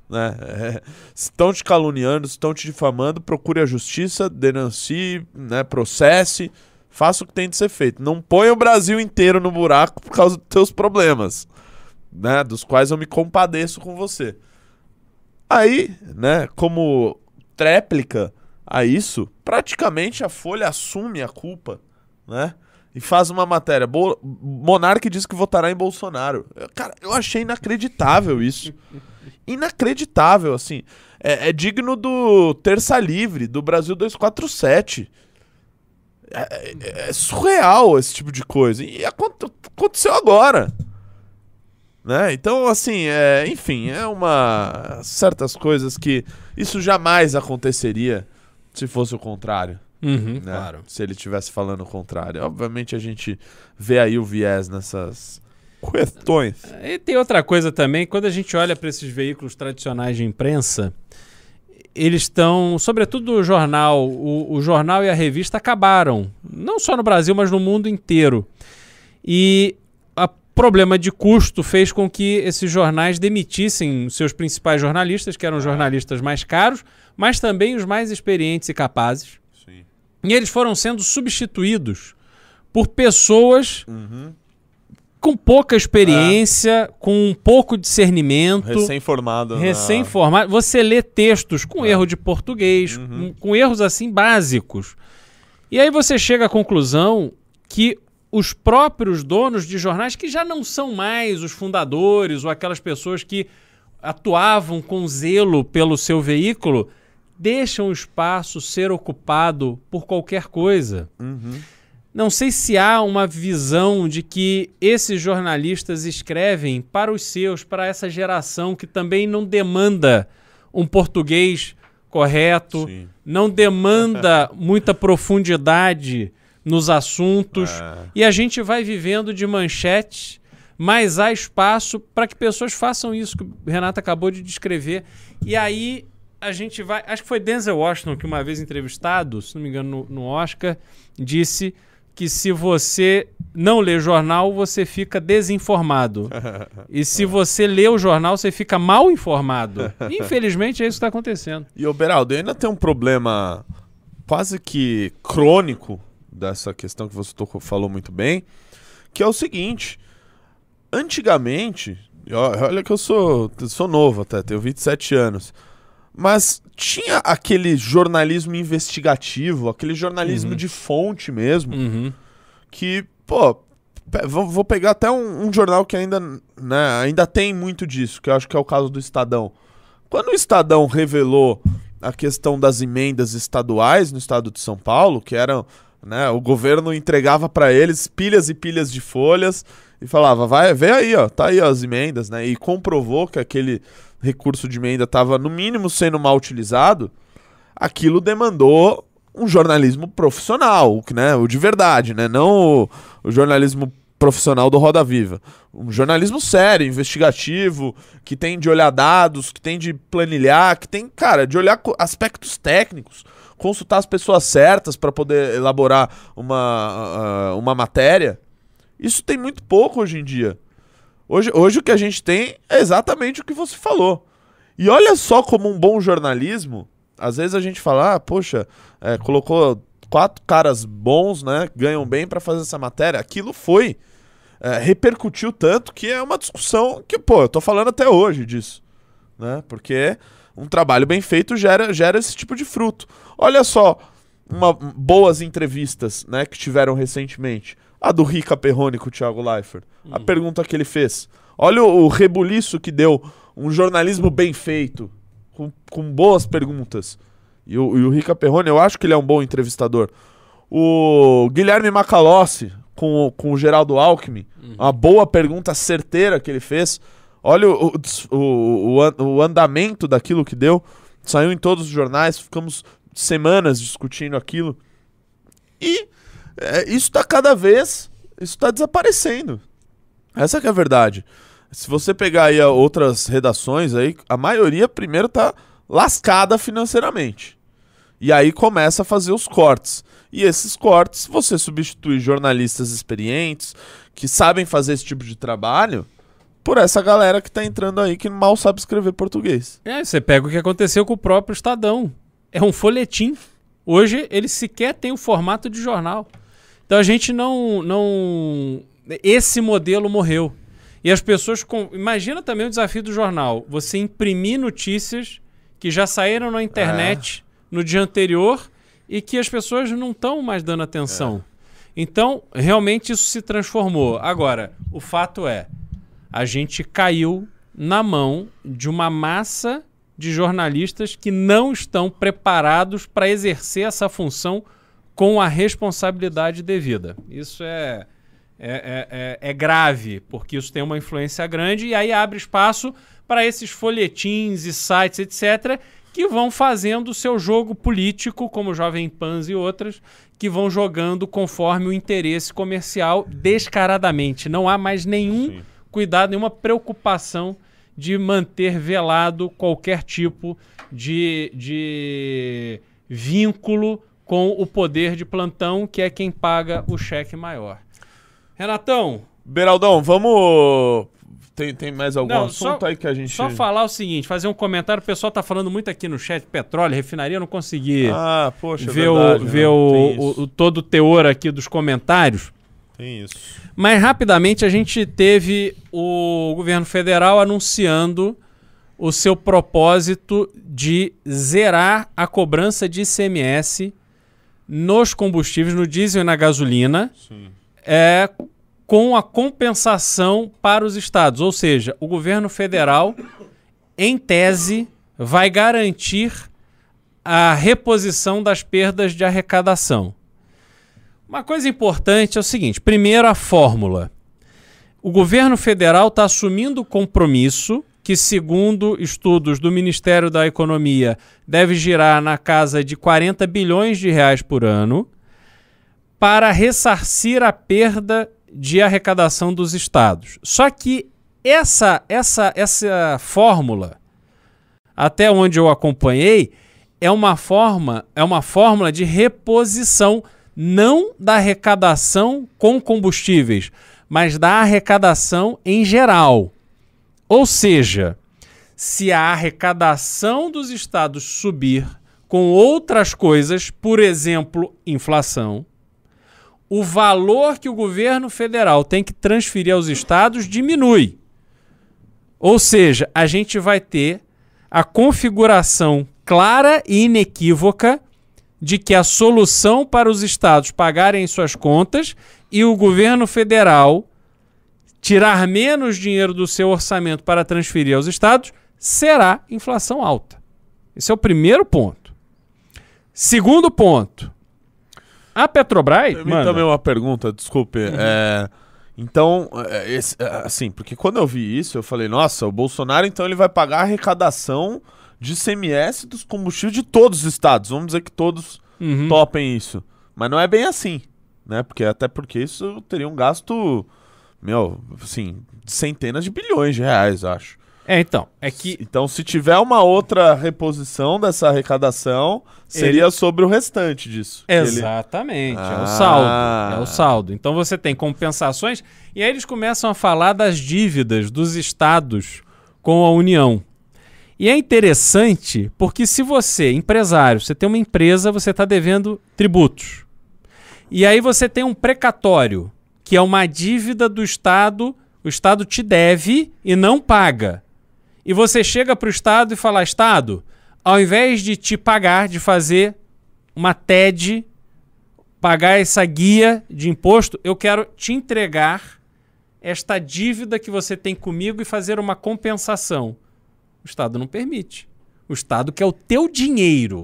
né? Se estão te caluniando, se estão te difamando, procure a justiça, denuncie, né? Processe, faça o que tem de ser feito. Não ponha o Brasil inteiro no buraco por causa dos teus problemas, né? Dos quais eu me compadeço com você. Aí, né? Como tréplica a isso, praticamente a Folha assume a culpa, né? E faz uma matéria. Monark diz que votará em Bolsonaro. Cara, eu achei inacreditável isso. Inacreditável, assim. É digno do Terça Livre, do Brasil 247. É surreal esse tipo de coisa. E aconteceu agora. Né? Então, assim, enfim, certas coisas que isso jamais aconteceria se fosse o contrário. Uhum, né? Claro. Se ele estivesse falando o contrário. Obviamente a gente vê aí o viés nessas questões. E tem outra coisa também, quando a gente olha para esses veículos tradicionais de imprensa, eles estão, sobretudo o jornal, o jornal e a revista acabaram, não só no Brasil, mas no mundo inteiro. E o problema de custo fez com que esses jornais demitissem seus principais jornalistas, que eram jornalistas mais caros, mas também os mais experientes e capazes. Sim. E eles foram sendo substituídos por pessoas com pouca experiência, com pouco discernimento. Recém-formado. Recém-formado. Você lê textos com erro de português, com erros assim básicos. E aí você chega à conclusão que os próprios donos de jornais, que já não são mais os fundadores ou aquelas pessoas que atuavam com zelo pelo seu veículo, deixam o espaço ser ocupado por qualquer coisa. Não sei se há uma visão de que esses jornalistas escrevem para os seus, para essa geração que também não demanda um português correto, Sim. não demanda muita profundidade nos assuntos, e a gente vai vivendo de manchetes, mas há espaço para que pessoas façam isso que o Renato acabou de descrever. E aí a gente vai... Acho que foi Denzel Washington que uma vez entrevistado, se não me engano no Oscar, disse que se você não lê jornal, você fica desinformado. E se você lê o jornal, você fica mal informado. Infelizmente é isso que está acontecendo. E o Beraldo, ainda tem um problema quase que crônico dessa questão que você falou muito bem, que é o seguinte: antigamente, olha que eu sou novo até, tenho 27 anos, mas tinha aquele jornalismo investigativo, aquele jornalismo de fonte mesmo, que, pô, vou pegar até um jornal que ainda tem muito disso, que eu acho que é o caso do Estadão. Quando o Estadão revelou a questão das emendas estaduais no estado de São Paulo, que eram, né, o governo entregava para eles pilhas e pilhas de folhas e falava, vem aí, ó, tá aí ó, as emendas, né, e comprovou que aquele recurso de emenda estava, no mínimo, sendo mal utilizado, aquilo demandou um jornalismo profissional, né, o de verdade, né, não o jornalismo profissional do Roda Viva. Um jornalismo sério, investigativo, que tem de olhar dados, que tem de planilhar, que tem, cara, de olhar aspectos técnicos, consultar as pessoas certas para poder elaborar uma matéria. Isso tem muito pouco hoje em dia. Hoje o que a gente tem é exatamente o que você falou. E olha só como um bom jornalismo, às vezes a gente fala, poxa, colocou 4 caras bons, né, ganham bem para fazer essa matéria. Aquilo repercutiu tanto que é uma discussão que, pô, eu tô falando até hoje disso, né, porque um trabalho bem feito gera esse tipo de fruto. Olha só, boas entrevistas, né, que tiveram recentemente. A do Rica Perrone com o Thiago Leifert. A pergunta que ele fez. Olha o rebuliço que deu. Um jornalismo bem feito, com boas perguntas. E o Rica Perrone, eu acho que ele é um bom entrevistador. O Guilherme Macalossi com o Geraldo Alckmin. Uma boa pergunta certeira que ele fez. Olha o andamento daquilo que deu. Saiu em todos os jornais, ficamos semanas discutindo aquilo. E isso está isso está desaparecendo. Essa que é a verdade. Se você pegar aí outras redações, aí, a maioria primeiro está lascada financeiramente. E aí começa a fazer os cortes. E esses cortes, você substitui jornalistas experientes, que sabem fazer esse tipo de trabalho, por essa galera que tá entrando aí que mal sabe escrever português. Você pega o que aconteceu com o próprio Estadão. É um folhetim. Hoje ele sequer tem o formato de jornal. Então a gente não... Esse modelo morreu. E as pessoas... Imagina também o desafio do jornal. Você imprimir notícias que já saíram na internet no dia anterior e que as pessoas não estão mais dando atenção. Então, realmente isso se transformou. Agora, o fato é, a gente caiu na mão de uma massa de jornalistas que não estão preparados para exercer essa função com a responsabilidade devida. Isso é grave, porque isso tem uma influência grande e aí abre espaço para esses folhetins e sites, etc., que vão fazendo o seu jogo político, como o Jovem Pan e outras, que vão jogando conforme o interesse comercial descaradamente. Não há mais nenhum cuidado, nenhuma preocupação de manter velado qualquer tipo de vínculo com o poder de plantão, que é quem paga o cheque maior. Renatão. Beraldão, vamos... Tem mais algum assunto só, aí que a gente... Só falar o seguinte, fazer um comentário. O pessoal tá falando muito aqui no chat, petróleo, refinaria, eu não consegui ver todo o teor aqui dos comentários. Tem isso. Mas rapidamente a gente teve o governo federal anunciando o seu propósito de zerar a cobrança de ICMS nos combustíveis, no diesel e na gasolina. Sim. Com a compensação para os estados. Ou seja, o governo federal, em tese, vai garantir a reposição das perdas de arrecadação. Uma coisa importante é o seguinte, primeiro a fórmula. O governo federal está assumindo o compromisso que, segundo estudos do Ministério da Economia, deve girar na casa de 40 bilhões de reais por ano para ressarcir a perda de arrecadação dos estados. Só que essa fórmula, até onde eu acompanhei, é uma fórmula de reposição, não da arrecadação com combustíveis, mas da arrecadação em geral. Ou seja, se a arrecadação dos estados subir com outras coisas, por exemplo, inflação, o valor que o governo federal tem que transferir aos estados diminui. Ou seja, a gente vai ter a configuração clara e inequívoca de que a solução para os estados pagarem suas contas e o governo federal tirar menos dinheiro do seu orçamento para transferir aos estados será inflação alta. Esse é o primeiro ponto. Segundo ponto. A Petrobras... Também uma pergunta, desculpe. Então, assim, porque quando eu vi isso, eu falei, nossa, o Bolsonaro, então, ele vai pagar a arrecadação de ICMS dos combustíveis de todos os estados. Vamos dizer que todos topem isso. Mas não é bem assim, né? Até porque isso teria um gasto, assim, de centenas de bilhões de reais, acho. Então, se tiver uma outra reposição dessa arrecadação, seria sobre o restante disso. Exatamente, é o saldo. Então você tem compensações, e aí eles começam a falar das dívidas dos estados com a União. E é interessante, porque se você, empresário, você tem uma empresa, você está devendo tributos. E aí você tem um precatório, que é uma dívida do estado, o estado te deve e não paga. E você chega para o Estado e fala, Estado, ao invés de te pagar, de fazer uma TED, pagar essa guia de imposto, eu quero te entregar esta dívida que você tem comigo e fazer uma compensação. O Estado não permite. O Estado quer o teu dinheiro.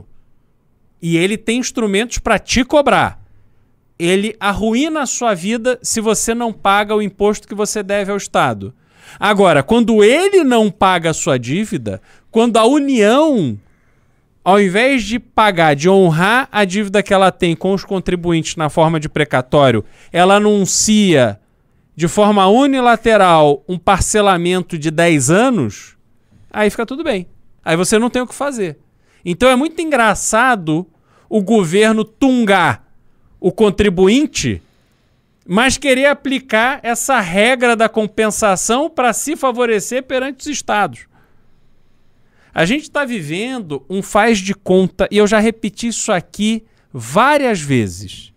E ele tem instrumentos para te cobrar. Ele arruína a sua vida se você não paga o imposto que você deve ao Estado. Agora, quando ele não paga a sua dívida, quando a União, ao invés de pagar, de honrar a dívida que ela tem com os contribuintes na forma de precatório, ela anuncia de forma unilateral um parcelamento de 10 anos, aí fica tudo bem. Aí você não tem o que fazer. Então é muito engraçado o governo tungar o contribuinte mas querer aplicar essa regra da compensação para se favorecer perante os estados. A gente está vivendo um faz de conta, e eu já repeti isso aqui várias vezes.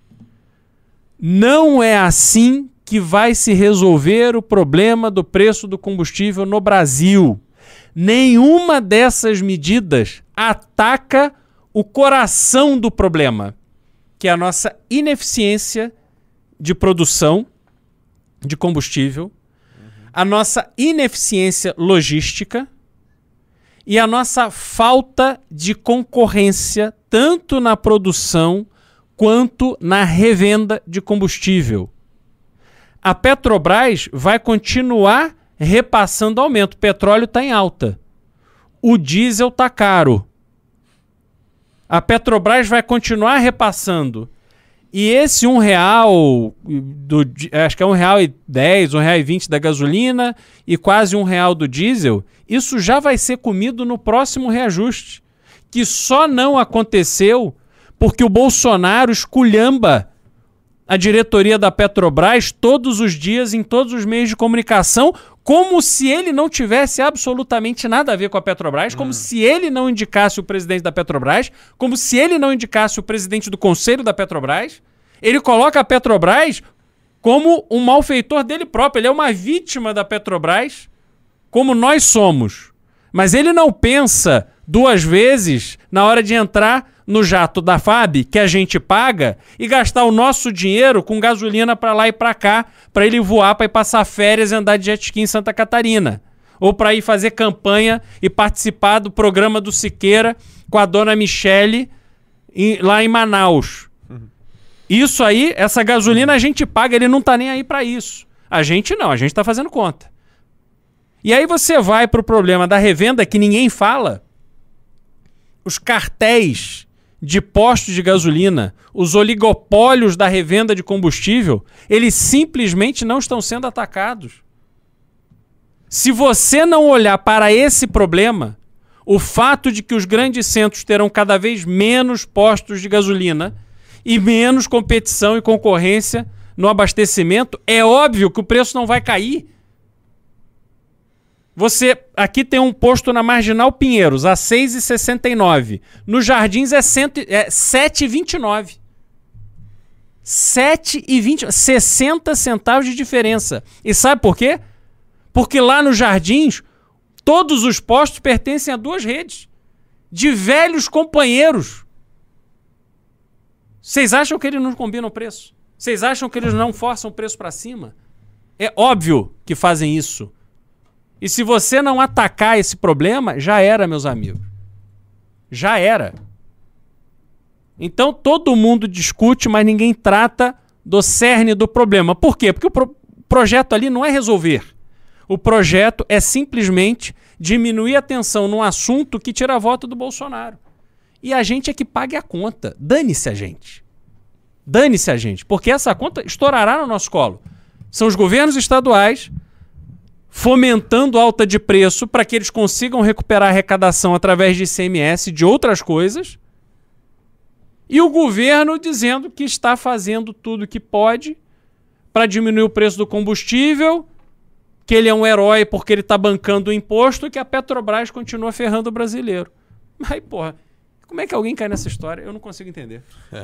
Não é assim que vai se resolver o problema do preço do combustível no Brasil. Nenhuma dessas medidas ataca o coração do problema, que é a nossa ineficiência de produção de combustível, a nossa ineficiência logística e a nossa falta de concorrência tanto na produção quanto na revenda de combustível. A Petrobras vai continuar repassando aumento. O petróleo está em alta. O diesel está caro. A Petrobras vai continuar repassando. E esse R$1, acho que é R$1,10, R$1,20 da gasolina e quase R$1 do diesel, isso já vai ser comido no próximo reajuste, que só não aconteceu porque o Bolsonaro esculhamba a diretoria da Petrobras todos os dias em todos os meios de comunicação, como se ele não tivesse absolutamente nada a ver com a Petrobras, como se ele não indicasse o presidente da Petrobras, como se ele não indicasse o presidente do conselho da Petrobras. Ele coloca a Petrobras como um malfeitor dele próprio. Ele é uma vítima da Petrobras, como nós somos. Mas ele não pensa duas vezes na hora de entrar no jato da FAB, que a gente paga, e gastar o nosso dinheiro com gasolina para lá e para cá, para ele voar, para ir passar férias e andar de jet ski em Santa Catarina. Ou para ir fazer campanha e participar do programa do Siqueira com a dona Michele lá em Manaus. Isso aí, essa gasolina a gente paga, ele não tá nem aí para isso. A gente não, a gente tá fazendo conta. E aí você vai pro problema da revenda que ninguém fala. Os cartéis de postos de gasolina, os oligopólios da revenda de combustível, eles simplesmente não estão sendo atacados. Se você não olhar para esse problema, o fato de que os grandes centros terão cada vez menos postos de gasolina e menos competição e concorrência no abastecimento, é óbvio que o preço não vai cair. Você aqui tem um posto na Marginal Pinheiros a R$ 6,69. Nos Jardins é 7,29. 7,20, 60 centavos de diferença. E sabe por quê? Porque lá nos Jardins, todos os postos pertencem a duas redes de velhos companheiros. Vocês acham que eles não combinam o preço? Vocês acham que eles não forçam o preço para cima? É óbvio que fazem isso. E se você não atacar esse problema, já era, meus amigos. Já era. Então todo mundo discute, mas ninguém trata do cerne do problema. Por quê? Porque o projeto ali não é resolver. O projeto é simplesmente diminuir a tensão num assunto que tira a voto do Bolsonaro. E a gente é que pague a conta. Dane-se a gente. Dane-se a gente. Porque essa conta estourará no nosso colo. São os governos estaduais fomentando alta de preço para que eles consigam recuperar a arrecadação através de ICMS e de outras coisas. E o governo dizendo que está fazendo tudo o que pode para diminuir o preço do combustível, que ele é um herói porque ele está bancando o imposto e que a Petrobras continua ferrando o brasileiro. Mas, porra, como é que alguém cai nessa história? Eu não consigo entender.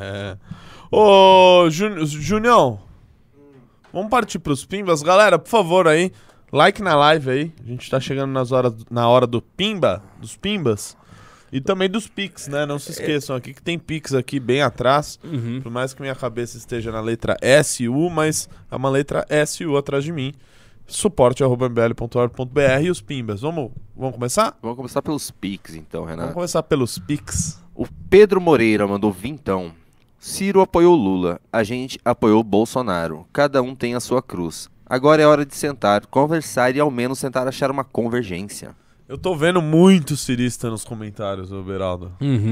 Ô, Junião, vamos partir para os pimbas. Galera, por favor aí, like na live aí. A gente tá chegando na hora do pimba, dos pimbas. E também dos Pix, né? Não se esqueçam aqui que tem Pix aqui bem atrás. Por mais que minha cabeça esteja na letra SU, mas é uma letra SU atrás de mim. suporte@mbl.org.br e os pimbas. Vamos começar? Vamos começar pelos Pix, então, Renato. Vamos começar pelos Pix. O Pedro Moreira mandou vintão. Ciro apoiou Lula, a gente apoiou Bolsonaro. Cada um tem a sua cruz. Agora é hora de sentar, conversar e ao menos tentar achar uma convergência. Eu tô vendo muito cirista nos comentários, Beraldo.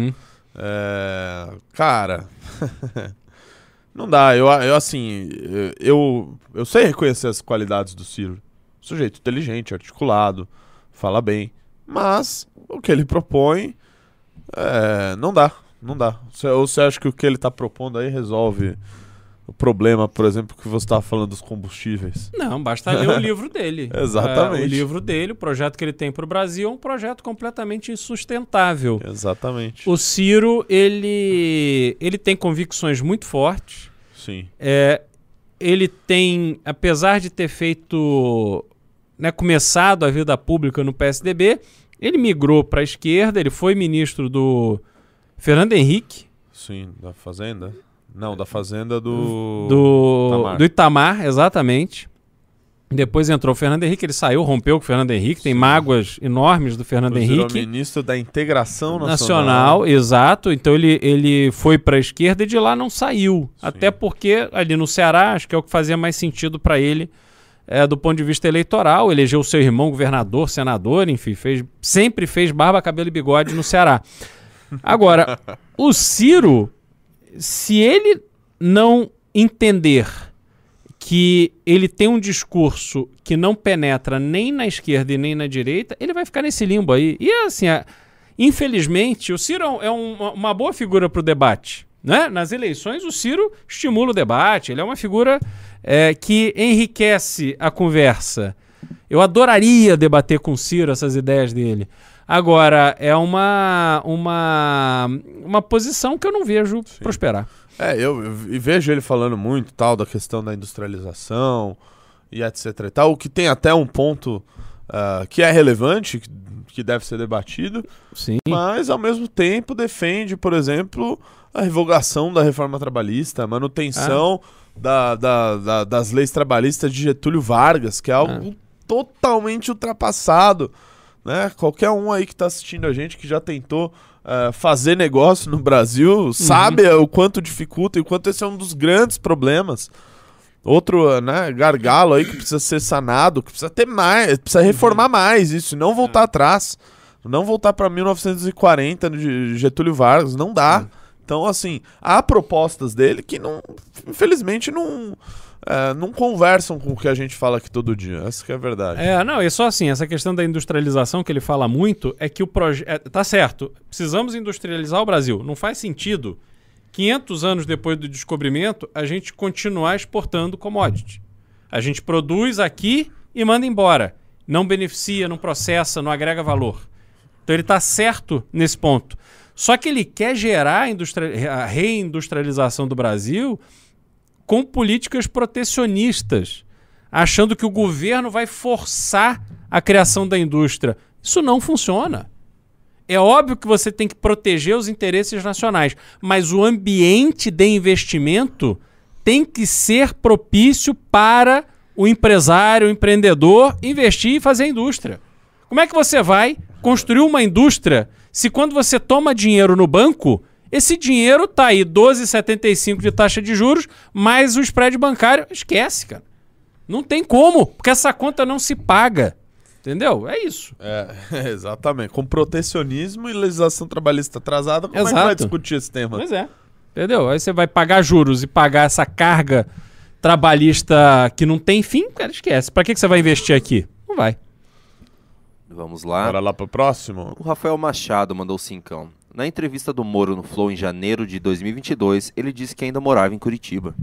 Cara, não dá. Eu sei reconhecer as qualidades do Ciro. Sujeito inteligente, articulado, fala bem. Mas o que ele propõe, não dá. Ou você acha que o que ele tá propondo aí resolve o problema, por exemplo, que você estava falando dos combustíveis. Não, basta ler o livro dele. Exatamente. O livro dele, o projeto que ele tem para o Brasil, é um projeto completamente insustentável. Exatamente. O Ciro, ele tem convicções muito fortes. Sim. Ele tem, apesar de ter feito, né, começado a vida pública no PSDB, ele migrou para a esquerda, ele foi ministro do Fernando Henrique. Sim, da Fazenda? Não, da Fazenda do Itamar. Do Itamar, exatamente. Depois entrou o Fernando Henrique, ele saiu, rompeu com o Fernando Henrique, tem mágoas enormes do Fernando Henrique. Virou ministro da Integração Nacional, exato. Então ele foi para a esquerda e de lá não saiu. Sim. Até porque ali no Ceará, acho que é o que fazia mais sentido para ele do ponto de vista eleitoral. Elegeu o seu irmão governador, senador, enfim, sempre fez barba, cabelo e bigode no Ceará. Agora, o Ciro, se ele não entender que ele tem um discurso que não penetra nem na esquerda e nem na direita, ele vai ficar nesse limbo aí. E assim, infelizmente, o Ciro é uma boa figura para o debate, né? Nas eleições, o Ciro estimula o debate, ele é uma figura que enriquece a conversa. Eu adoraria debater com o Ciro essas ideias dele. Agora, é uma posição que eu não vejo prosperar. Eu vejo ele falando muito tal da questão da industrialização e etc e tal, o que tem até um ponto que é relevante, que deve ser debatido. Sim. Mas ao mesmo tempo defende, por exemplo, a revogação da reforma trabalhista, a manutenção das leis trabalhistas de Getúlio Vargas, que é algo totalmente ultrapassado, né? Qualquer um aí que está assistindo a gente que já tentou fazer negócio no Brasil sabe o quanto dificulta e o quanto esse é um dos grandes problemas. Outro, né, gargalo aí que precisa ser sanado, que precisa ter mais, precisa reformar mais isso, e não voltar atrás, não voltar para 1940 de Getúlio Vargas, não dá. Então, assim, há propostas dele que infelizmente não conversam com o que a gente fala aqui todo dia. Essa que é a verdade. Não, é só assim, essa questão da industrialização que ele fala muito é que o projeto... Tá certo, precisamos industrializar o Brasil. Não faz sentido, 500 anos depois do descobrimento, a gente continuar exportando commodity. A gente produz aqui e manda embora. Não beneficia, não processa, não agrega valor. Então ele está certo nesse ponto. Só que ele quer gerar a reindustrialização do Brasil com políticas protecionistas, achando que o governo vai forçar a criação da indústria. Isso não funciona. É óbvio que você tem que proteger os interesses nacionais, mas o ambiente de investimento tem que ser propício para o empresário, o empreendedor investir e fazer indústria. Como é que você vai construir uma indústria se quando você toma dinheiro no banco, esse dinheiro tá aí 12,75 de taxa de juros, mais o spread bancário? Esquece, cara. Não tem como, porque essa conta não se paga. Entendeu? É isso. Exatamente. Com protecionismo e legislação trabalhista atrasada, como é que vai discutir esse tema? Pois é. Entendeu? Aí você vai pagar juros e pagar essa carga trabalhista que não tem fim, cara, esquece. Pra que você vai investir aqui? Não vai. Vamos lá. Bora lá pro próximo. O Rafael Machado mandou 5. Na entrevista do Moro no Flow em janeiro de 2022, ele disse que ainda morava em Curitiba.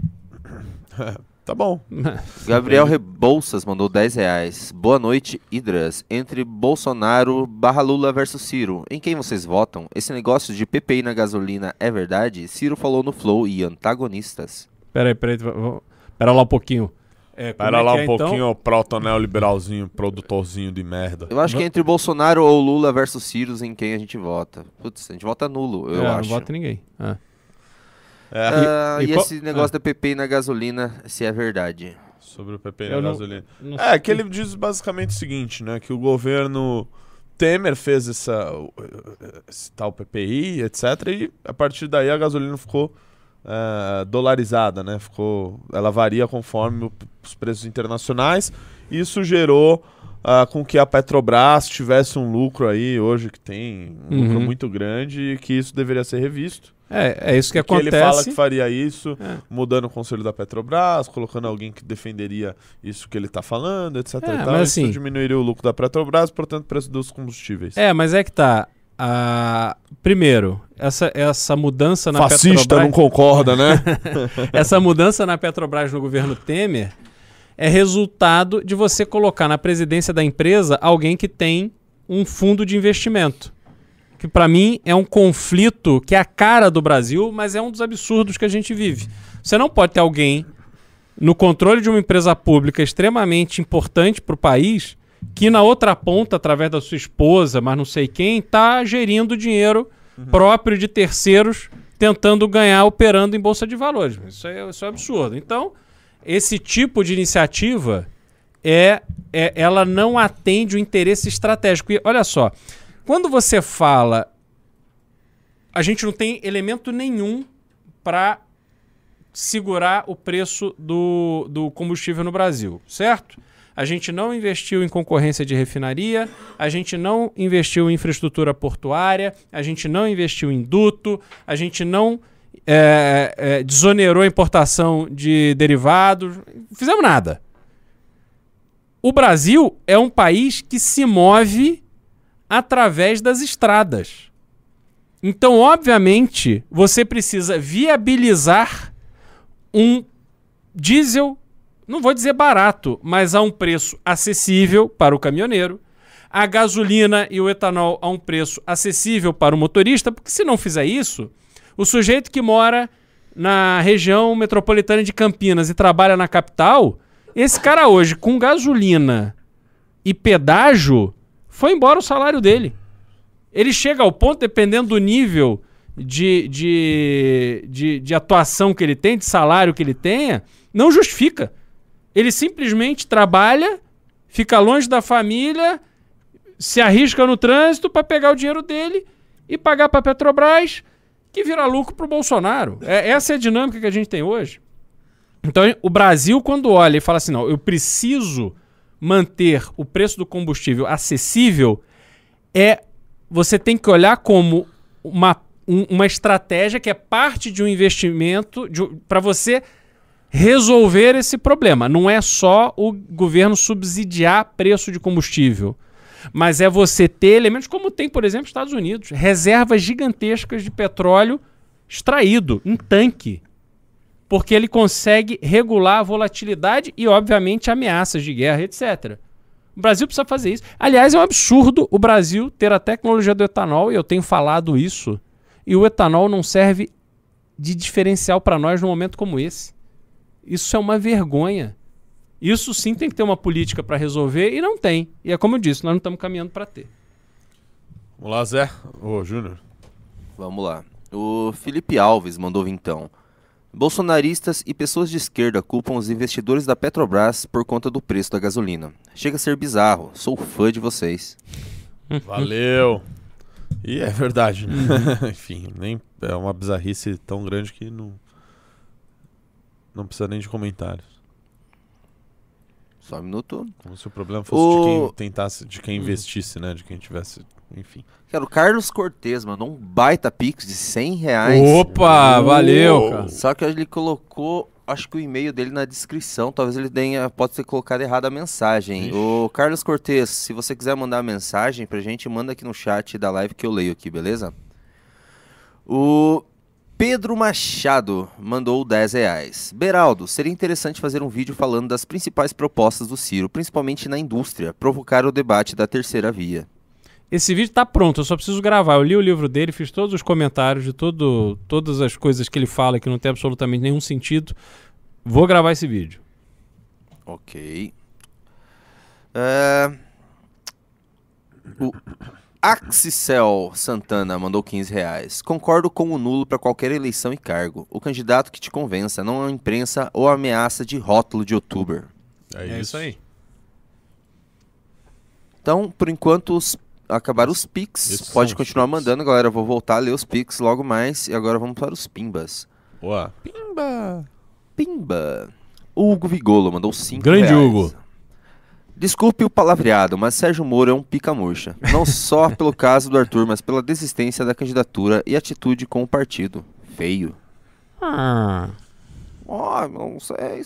Tá bom. Gabriel Rebouças mandou R$10. Boa noite, Idras. Entre Bolsonaro / Lula versus Ciro, em quem vocês votam? Esse negócio de PPI na gasolina é verdade? Ciro falou no Flow e antagonistas. Peraí. Pera lá um pouquinho. Pera lá um pouquinho, o proto-neoliberalzinho, produtorzinho de merda. Eu acho que é entre Bolsonaro ou Lula versus Ciro em quem a gente vota. Putz, a gente vota nulo, eu acho. Não vota ninguém. E esse negócio da PPI na gasolina, se é verdade. Sobre o PPI na gasolina. Que ele diz basicamente o seguinte, né? Que o governo Temer fez esse tal PPI, etc. E a partir daí a gasolina ficou dolarizada, né? Ela varia conforme os preços internacionais. Isso gerou com que a Petrobras tivesse um lucro aí hoje que tem um lucro muito grande e que isso deveria ser revisto. É isso que acontece. Ele fala que faria isso mudando o conselho da Petrobras, colocando alguém que defenderia isso que ele está falando, etc. e tal. Mas, isso diminuiria o lucro da Petrobras, portanto, o preço dos combustíveis. Mas é que tá. Primeiro, essa mudança na Fascista, Petrobras... não concorda, né? Essa mudança na Petrobras no governo Temer é resultado de você colocar na presidência da empresa alguém que tem um fundo de investimento. Que para mim é um conflito que é a cara do Brasil, mas é um dos absurdos que a gente vive. Você não pode ter alguém no controle de uma empresa pública extremamente importante para o país que na outra ponta, através da sua esposa, mas não sei quem, está gerindo dinheiro próprio de terceiros, tentando ganhar operando em Bolsa de Valores. Isso é absurdo. Então, esse tipo de iniciativa, ela não atende o interesse estratégico. E olha só, quando você fala, a gente não tem elemento nenhum para segurar o preço do combustível no Brasil, certo? A gente não investiu em concorrência de refinaria, a gente não investiu em infraestrutura portuária, a gente não investiu em duto, a gente não desonerou a importação de derivados, não fizemos nada. O Brasil é um país que se move através das estradas. Então, obviamente, você precisa viabilizar um diesel, não vou dizer barato, mas a um preço acessível para o caminhoneiro, a gasolina e o etanol a um preço acessível para o motorista, porque se não fizer isso, o sujeito que mora na região metropolitana de Campinas e trabalha na capital, esse cara hoje, com gasolina e pedágio, foi embora o salário dele. Ele chega ao ponto, dependendo do nível de atuação que ele tem, de salário que ele tenha, não justifica. Ele simplesmente trabalha, fica longe da família, se arrisca no trânsito para pegar o dinheiro dele e pagar para a Petrobras, que vira lucro para o Bolsonaro. Essa é a dinâmica que a gente tem hoje. Então, o Brasil, quando olha e fala assim, não, eu preciso manter o preço do combustível acessível, você tem que olhar como uma estratégia que é parte de um investimento para você resolver esse problema. Não é só o governo subsidiar preço de combustível, mas é você ter elementos como tem, por exemplo, nos Estados Unidos, reservas gigantescas de petróleo extraído em tanque, porque ele consegue regular a volatilidade e, obviamente, ameaças de guerra, etc. O Brasil precisa fazer isso. Aliás, é um absurdo o Brasil ter a tecnologia do etanol, e eu tenho falado isso, e o etanol não serve de diferencial para nós num momento como esse. Isso é uma vergonha. Isso sim tem que ter uma política para resolver e não tem. E é como eu disse, nós não estamos caminhando para ter. Vamos lá, Zé. Ô, Júnior. Vamos lá. O Felipe Alves mandou vintão. Bolsonaristas e pessoas de esquerda culpam os investidores da Petrobras por conta do preço da gasolina. Chega a ser bizarro. Sou fã de vocês. Valeu. E é verdade, né? Enfim, nem é uma bizarrice tão grande que não precisa nem de comentários. Só um minuto. Como se o problema fosse de quem tentasse, de quem investisse, né? De quem tivesse, enfim. Cara, o Carlos Cortez mandou um baita pix de R$100. Opa, valeu, cara. Só que ele colocou, acho que o e-mail dele na descrição. Talvez ele pode ter colocado errado a mensagem. Ixi. O Carlos Cortez, se você quiser mandar a mensagem pra gente, manda aqui no chat da live que eu leio aqui, beleza? O Pedro Machado mandou R$10. Beraldo, seria interessante fazer um vídeo falando das principais propostas do Ciro, principalmente na indústria, provocar o debate da terceira via. Esse vídeo tá pronto, eu só preciso gravar. Eu li o livro dele, fiz todos os comentários de todas as coisas que ele fala que não tem absolutamente nenhum sentido. Vou gravar esse vídeo. Ok. O Axicel Santana mandou R$15. Concordo com o nulo para qualquer eleição e cargo. O candidato que te convença, não a imprensa ou a ameaça de rótulo de youtuber. É isso aí. Então, por enquanto, acabaram os pics. Pode continuar mandando, galera. Eu vou voltar a ler os pics logo mais. E agora vamos para os pimbas. Boa. Pimba. Hugo Vigolo mandou R$5. Grande Hugo. Desculpe o palavreado, mas Sérgio Moro é um pica-murcha. Não só pelo caso do Arthur, mas pela desistência da candidatura e atitude com o partido. Feio. Não sei.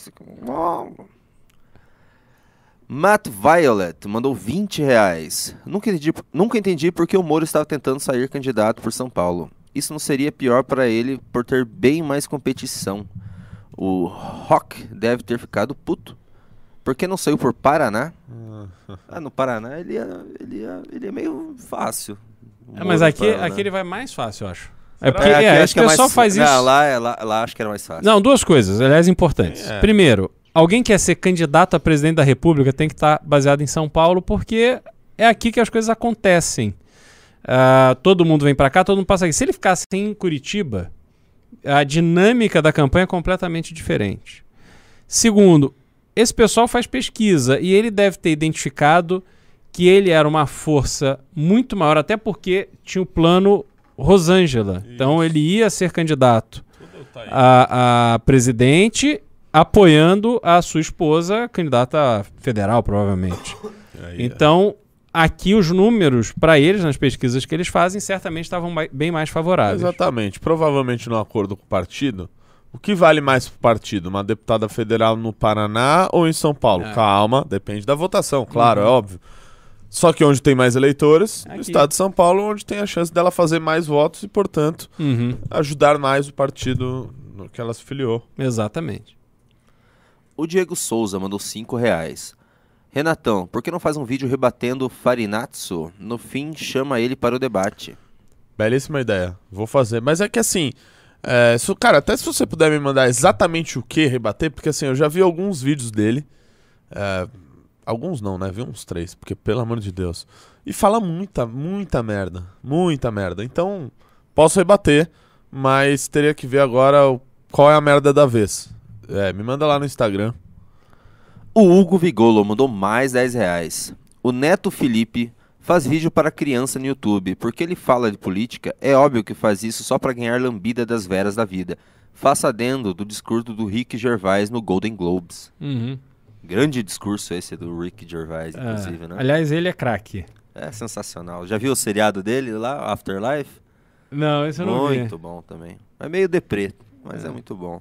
Matt Violet mandou R$20. Nunca entendi por que o Moro estava tentando sair candidato por São Paulo. isso não seria pior para ele por ter bem mais competição. O Rock deve ter ficado puto. Por que não saiu por Paraná? No Paraná ele é meio fácil. Mas aqui ele vai mais fácil, eu acho. É porque acho o pessoal faz isso. Não, lá acho que era mais fácil. Não, duas coisas, aliás, importantes. Primeiro, alguém que quer ser candidato a presidente da República tem que estar baseado em São Paulo, porque é aqui que as coisas acontecem. Todo mundo vem pra cá, todo mundo passa aqui. Se ele ficasse em Curitiba, a dinâmica da campanha é completamente diferente. Segundo, esse pessoal faz pesquisa e ele deve ter identificado que ele era uma força muito maior, até porque tinha o plano Rosângela. Isso. Então ele ia ser candidato a presidente, apoiando a sua esposa, candidata federal, provavelmente. Então, aqui os números, para eles, nas pesquisas que eles fazem, certamente estavam bem mais favoráveis. Exatamente. Provavelmente no acordo com o partido. O que vale mais pro partido? Uma deputada federal no Paraná ou em São Paulo? Calma, depende da votação, claro, é óbvio. Só que onde tem mais eleitores, no estado de São Paulo, onde tem a chance dela fazer mais votos e, portanto, ajudar mais o partido no que ela se filiou. Exatamente. O Diego Souza mandou R$5. Renatão, por que não faz um vídeo rebatendo Farinazzo? No fim, chama ele para o debate. Belíssima ideia. Vou fazer. Mas é que assim... cara, até se você puder me mandar exatamente o que rebater, porque assim, eu já vi alguns vídeos dele. Alguns não, né? Vi uns 3, porque pelo amor de Deus. E fala muita merda. Muita merda. Então, posso rebater, mas teria que ver agora qual é a merda da vez. Me manda lá no Instagram. O Hugo Vigolo mandou mais R$10. O Neto Felipe faz vídeo para criança no YouTube. Porque ele fala de política, é óbvio que faz isso só para ganhar lambida das veras da vida. Faça adendo do discurso do Rick Gervais no Golden Globes. Grande discurso esse do Rick Gervais, inclusive, né? Aliás, ele é craque. É sensacional. Já viu o seriado dele lá, Afterlife? Não, esse eu não vi. Muito bom também. É meio deprê, mas é muito bom.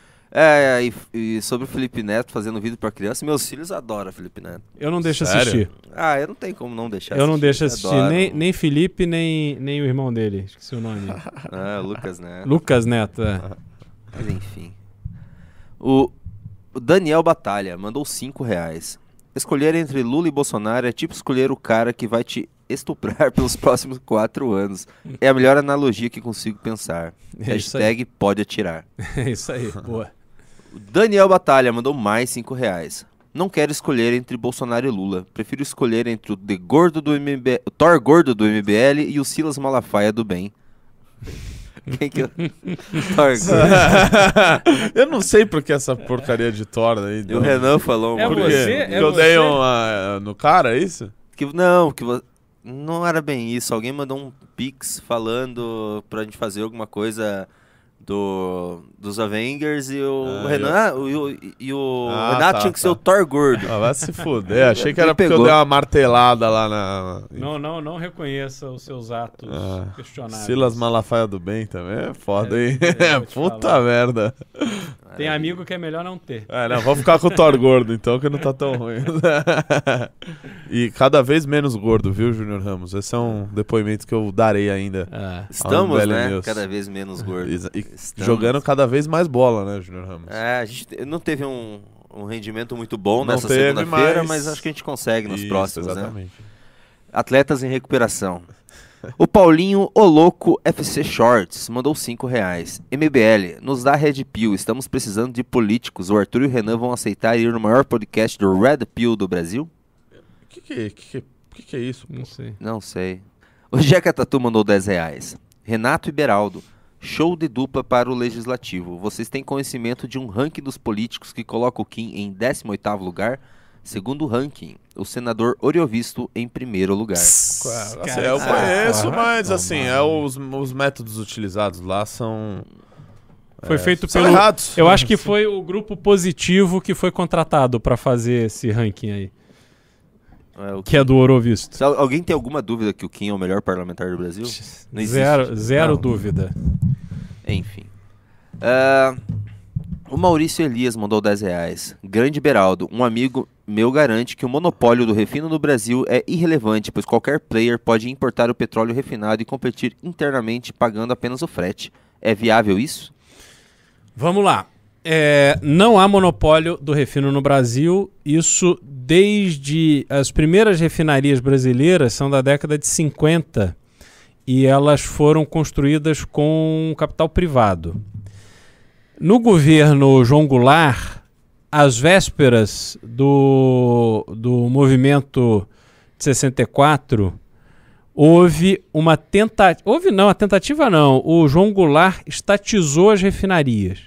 E sobre o Felipe Neto fazendo vídeo pra criança, meus filhos adoram Felipe Neto. Eu não deixo assistir. Eu não tenho como não deixar assistir. Eu não deixo assistir, nem Felipe, nem o irmão dele, esqueci o nome. Lucas Neto. Lucas Neto, Mas enfim. O Daniel Batalha mandou R$5. Escolher entre Lula e Bolsonaro é tipo escolher o cara que vai te estuprar pelos próximos 4 anos. É a melhor analogia que consigo pensar. Hashtag pode atirar. É isso aí, boa. O Daniel Batalha mandou mais R$5. Não quero escolher entre Bolsonaro e Lula. Prefiro escolher entre o Thor gordo do MBL e o Silas Malafaia do bem. Quem que eu... Thor gordo. Eu não sei porque essa porcaria de Thor aí. O Renan falou. Eu dei no cara, é isso? Não era bem isso. Alguém mandou um pix falando pra gente fazer alguma coisa dos Avengers e o Renan e o Renato tinha que ser o Thor gordo. Vai se fuder. Achei que era porque eu dei uma martelada lá na... Não reconheça os seus atos questionáveis. Silas Malafaia do bem também é foda, hein? Puta merda. Tem amigo que é melhor não ter. Vou ficar com o Thor gordo então, que não tá tão ruim. E cada vez menos gordo, viu, Júnior Ramos? Esse é um depoimento que eu darei ainda. Estamos, né? Cada vez menos gordo. Jogando cada vez mais bola, né, Júnior Ramos? A gente não teve um rendimento muito bom nessa segunda-feira, mas acho que a gente consegue nos próximos, exatamente. Né? Atletas em recuperação. O Paulinho Oloco FC Shorts mandou R$5. MBL, nos dá Red Pill, estamos precisando de políticos. O Arthur e o Renan vão aceitar ir no maior podcast do Red Pill do Brasil? O que é isso? Pô? Não sei. O Jeca Tatu mandou R$10. Renato e Beraldo, show de dupla para o Legislativo. Vocês têm conhecimento de um ranking dos políticos que coloca o Kim em 18º lugar? Segundo o ranking, o senador Oriovisto em primeiro lugar. Eu conheço, mas assim, os métodos utilizados lá são... Foi feito pelo... errados. Eu acho que foi o grupo positivo que foi contratado para fazer esse ranking aí. Que é do Oriovisto. Alguém tem alguma dúvida que o Kim é o melhor parlamentar do Brasil? Não existe. Zero dúvida. Enfim. O Maurício Elias mandou R$10. Grande Beraldo, um amigo meu garante que o monopólio do refino no Brasil é irrelevante, pois qualquer player pode importar o petróleo refinado e competir internamente pagando apenas o frete. É viável isso? Vamos lá. Não há monopólio do refino no Brasil. Isso desde as primeiras refinarias brasileiras são da década de 50 e elas foram construídas com capital privado. No governo João Goulart, às vésperas do movimento de 64, houve uma tentativa... A tentativa não. O João Goulart estatizou as refinarias.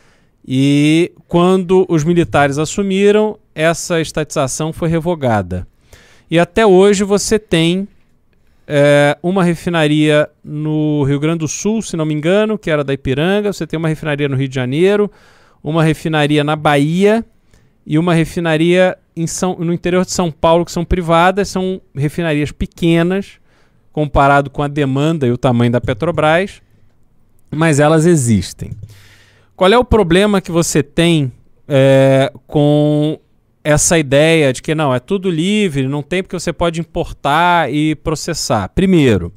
E quando os militares assumiram, essa estatização foi revogada. E até hoje você tem uma refinaria no Rio Grande do Sul, se não me engano, que era da Ipiranga. Você tem uma refinaria no Rio de Janeiro, uma refinaria na Bahia e uma refinaria no interior de São Paulo, que são privadas. São refinarias pequenas, comparado com a demanda e o tamanho da Petrobras, mas elas existem. Qual é o problema que você tem com essa ideia de que não, é tudo livre, não tem porque você pode importar e processar? Primeiro,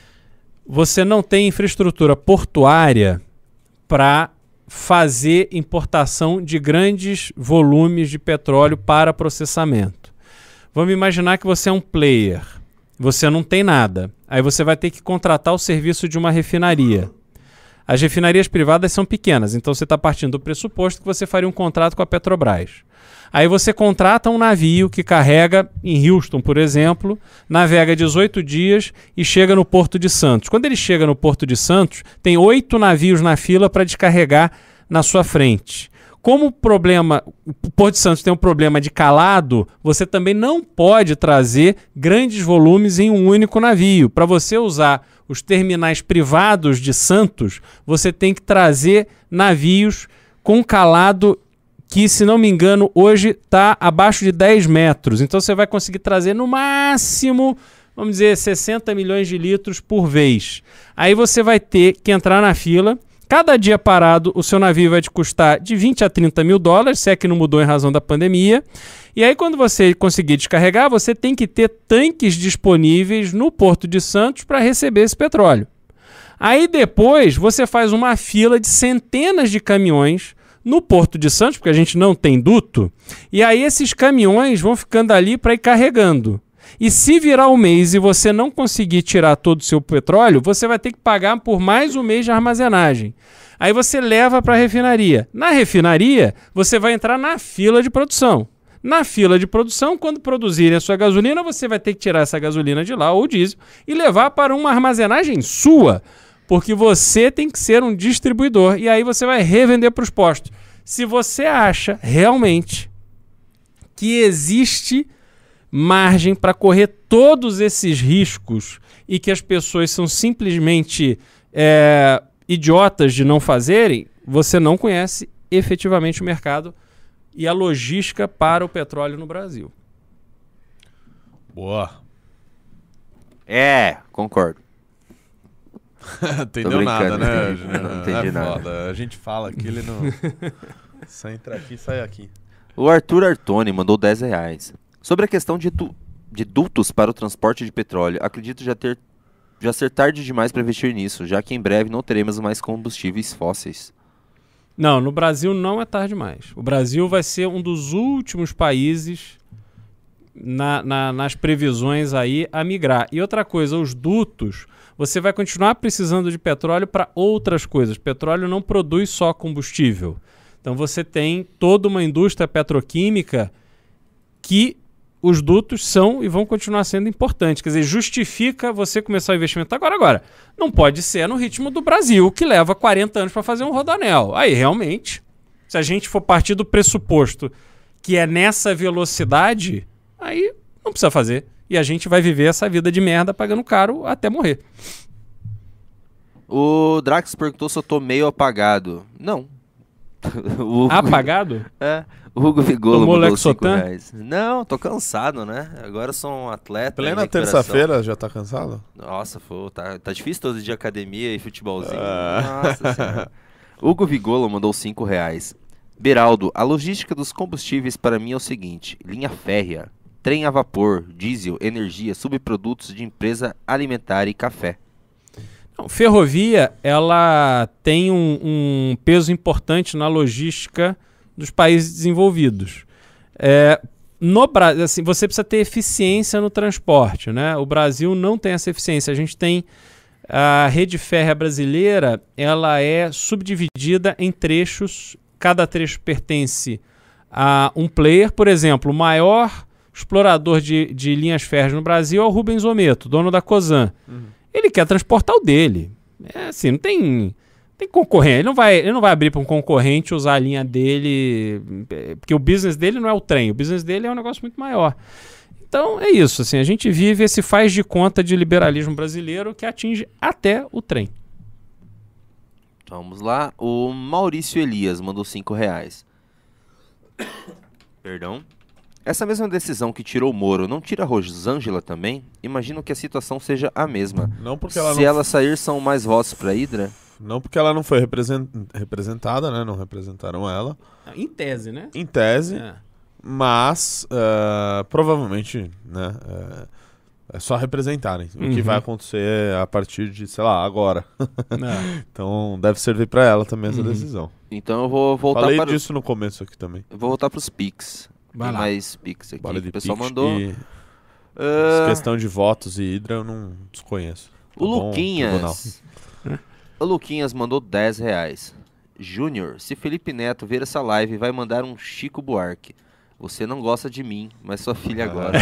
você não tem infraestrutura portuária para fazer importação de grandes volumes de petróleo para processamento. Vamos imaginar que você é um player, você não tem nada, aí você vai ter que contratar o serviço de uma refinaria. As refinarias privadas são pequenas, então você está partindo do pressuposto que você faria um contrato com a Petrobras. Aí você contrata um navio que carrega em Houston, por exemplo, navega 18 dias e chega no Porto de Santos. Quando ele chega no Porto de Santos, tem 8 navios na fila para descarregar na sua frente. Como o Porto de Santos tem um problema de calado, você também não pode trazer grandes volumes em um único navio. Para você usar os terminais privados de Santos, você tem que trazer navios com calado que, se não me engano, hoje está abaixo de 10 metros. Então você vai conseguir trazer no máximo, vamos dizer, 60 milhões de litros por vez. Aí você vai ter que entrar na fila. Cada dia parado, o seu navio vai te custar de 20 a 30 mil dólares, se é que não mudou em razão da pandemia. E aí, quando você conseguir descarregar, você tem que ter tanques disponíveis no Porto de Santos para receber esse petróleo. Aí depois, você faz uma fila de centenas de caminhões no Porto de Santos, porque a gente não tem duto, e aí esses caminhões vão ficando ali para ir carregando. E se virar um mês e você não conseguir tirar todo o seu petróleo, você vai ter que pagar por mais um mês de armazenagem. Aí você leva para a refinaria. Na refinaria, você vai entrar na fila de produção. Na fila de produção, quando produzirem a sua gasolina, você vai ter que tirar essa gasolina de lá, ou diesel, e levar para uma armazenagem sua, porque você tem que ser um distribuidor. E aí você vai revender para os postos. Se você acha realmente que existe margem para correr todos esses riscos e que as pessoas são simplesmente idiotas de não fazerem, você não conhece efetivamente o mercado e a logística para o petróleo no Brasil. Boa. Concordo. Entendeu nada, né? Não entendi nada. Foda. A gente fala que ele não... Só entra aqui e sai aqui. O Arthur Artoni mandou R$10. Sobre a questão de dutos para o transporte de petróleo, acredito já ser tarde demais para investir nisso, já que em breve não teremos mais combustíveis fósseis. Não, no Brasil não é tarde demais. O Brasil vai ser um dos últimos países nas previsões aí a migrar. E outra coisa, os dutos, você vai continuar precisando de petróleo para outras coisas. Petróleo não produz só combustível. Então você tem toda uma indústria petroquímica que os dutos são e vão continuar sendo importantes. Quer dizer, justifica você começar o investimento agora. Não pode ser no ritmo do Brasil, que leva 40 anos para fazer um rodoanel. Aí, realmente, se a gente for partir do pressuposto que é nessa velocidade, aí não precisa fazer. E a gente vai viver essa vida de merda pagando caro até morrer. O Drax perguntou se eu tô meio apagado. Não. Apagado? O Hugo Vigolo mandou R$5. Não, tô cansado, né? Agora eu sou um atleta. Plena terça-feira já tá cansado? Nossa, tá difícil todo dia academia e futebolzinho. Nossa senhora. Hugo Vigolo mandou R$5. Beraldo, a logística dos combustíveis para mim é o seguinte: linha férrea, trem a vapor, diesel, energia, subprodutos de empresa alimentar e café. Ferrovia, ela tem um peso importante na logística dos países desenvolvidos. No Brasil, assim, você precisa ter eficiência no transporte, né? O Brasil não tem essa eficiência. A gente tem a rede férrea brasileira, ela é subdividida em trechos. Cada trecho pertence a um player. Por exemplo, o maior explorador de linhas férreas no Brasil é o Rubens Ometo, dono da Cosan. Ele quer transportar o dele. Assim, não tem concorrente. Ele não vai abrir para um concorrente usar a linha dele, porque o business dele não é o trem. O business dele é um negócio muito maior. Então, é isso. Assim, a gente vive esse faz de conta de liberalismo brasileiro que atinge até o trem. Vamos lá. O Maurício Elias mandou R$5. Perdão. Essa mesma decisão que tirou o Moro não tira a Rosângela também? Imagino que a situação seja a mesma. Não porque ela Se ela sair, são mais votos para Hydra? Não porque ela não foi representada, né? Não representaram ela. Em tese, né? Em tese. Mas provavelmente, né? É só representarem. O que vai acontecer a partir de, sei lá, agora. Então deve servir pra ela também essa decisão. Então eu vou voltar Falei disso no começo aqui também. Eu vou voltar pros Pix. Vai Tem lá. mais Pix aqui. Bora de O pessoal Pix mandou. Questão de votos e Hydra eu não desconheço. O Tá bom, tribunal? Luquinhas. O Luquinhas mandou R$10. Júnior, se Felipe Neto ver essa live, vai mandar um Chico Buarque. Você não gosta de mim, mas sua filha agora.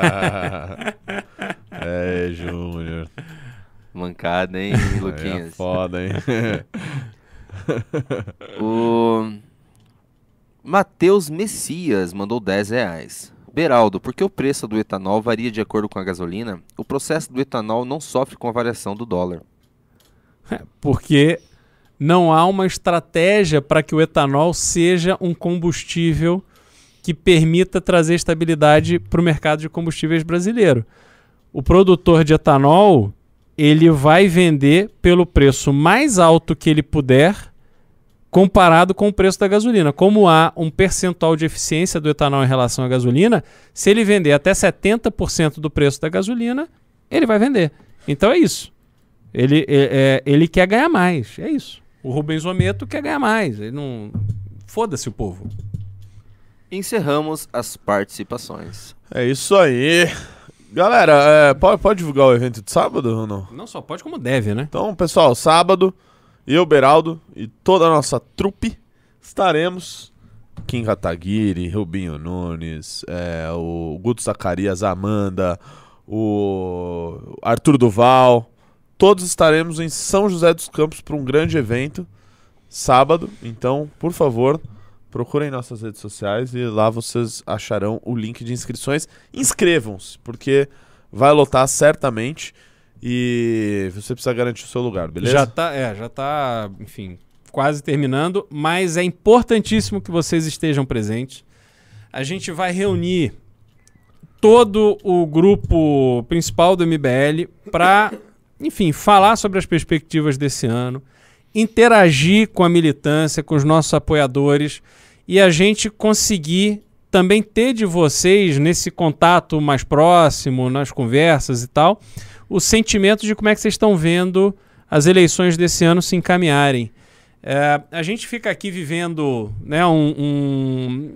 Júnior. Mancada, hein, Luquinhas? É foda, hein? O Matheus Messias mandou R$10. Beraldo, por que o preço do etanol varia de acordo com a gasolina? O processo do etanol não sofre com a variação do dólar. Porque não há uma estratégia para que o etanol seja um combustível que permita trazer estabilidade para o mercado de combustíveis brasileiro. O produtor de etanol, ele vai vender pelo preço mais alto que ele puder, comparado com o preço da gasolina. Como há um percentual de eficiência do etanol em relação à gasolina, se ele vender até 70% do preço da gasolina, ele vai vender. Então é isso. Ele quer ganhar mais, é isso. O Rubens Ometo quer ganhar mais. Ele não... Foda-se o povo. Encerramos as participações. É isso aí. Galera, pode divulgar o evento de sábado ou não? Não só pode, como deve, né? Então, pessoal, sábado, eu, Beraldo e toda a nossa trupe estaremos. Kim Kataguiri, Rubinho Nunes, o Guto Zacarias, Amanda, o Arthur Duval. Todos estaremos em São José dos Campos para um grande evento, sábado. Então, por favor, procurem nossas redes sociais e lá vocês acharão o link de inscrições. Inscrevam-se, porque vai lotar certamente e você precisa garantir o seu lugar, beleza? Já tá, enfim, quase terminando, mas é importantíssimo que vocês estejam presentes. A gente vai reunir todo o grupo principal do MBL para, enfim, falar sobre as perspectivas desse ano, interagir com a militância, com os nossos apoiadores e a gente conseguir também ter de vocês, nesse contato mais próximo, nas conversas e tal, o sentimento de como é que vocês estão vendo as eleições desse ano se encaminharem. A gente fica aqui vivendo, né, um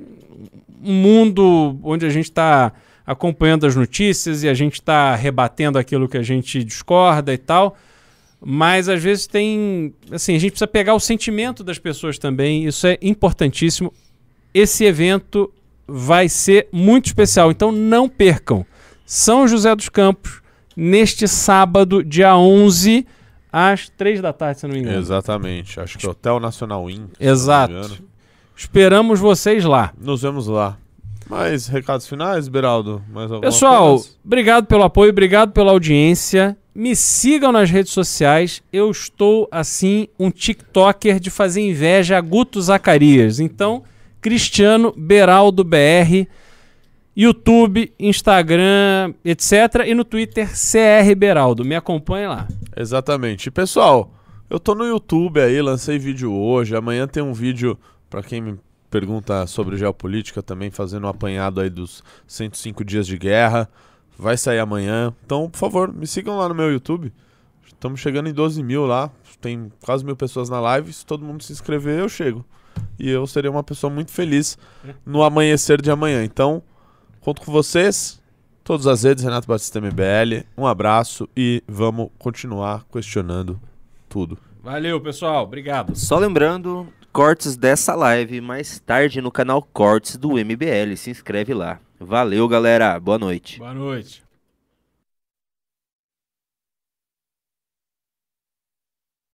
mundo onde a gente está acompanhando as notícias e a gente está rebatendo aquilo que a gente discorda e tal, mas às vezes tem, assim, a gente precisa pegar o sentimento das pessoas também, isso é importantíssimo. Esse evento vai ser muito especial, então não percam. São José dos Campos, neste sábado, dia 11, às 3 da tarde, se não me engano. Exatamente, acho que é Hotel Nacional Inn. Exato. Esperamos vocês lá. Nos vemos lá. Mais recados finais, Beraldo? Mais alguma Pessoal, coisa? obrigado pelo apoio, obrigado pela audiência. Me sigam nas redes sociais. Eu estou, assim, um TikToker de fazer inveja a Guto Zacarias. Então, Cristiano Beraldo BR, YouTube, Instagram, etc. E no Twitter, CR Beraldo. Me acompanhe lá. Exatamente. E, pessoal, eu tô no YouTube aí, lancei vídeo hoje. Amanhã tem um vídeo, pra quem me pergunta sobre geopolítica também, fazendo um apanhado aí dos 105 dias de guerra. Vai sair amanhã. Então, por favor, me sigam lá no meu YouTube. Estamos chegando em 12 mil lá. Tem quase 1.000 pessoas na live. Se todo mundo se inscrever, eu chego. E eu serei uma pessoa muito feliz no amanhecer de amanhã. Então, conto com vocês. Todas as redes, Renato Batista MBL. Um abraço e vamos continuar questionando tudo. Valeu, pessoal. Obrigado. Só lembrando, cortes dessa live mais tarde no canal Cortes do MBL. Se inscreve lá. Valeu, galera. Boa noite. Boa noite.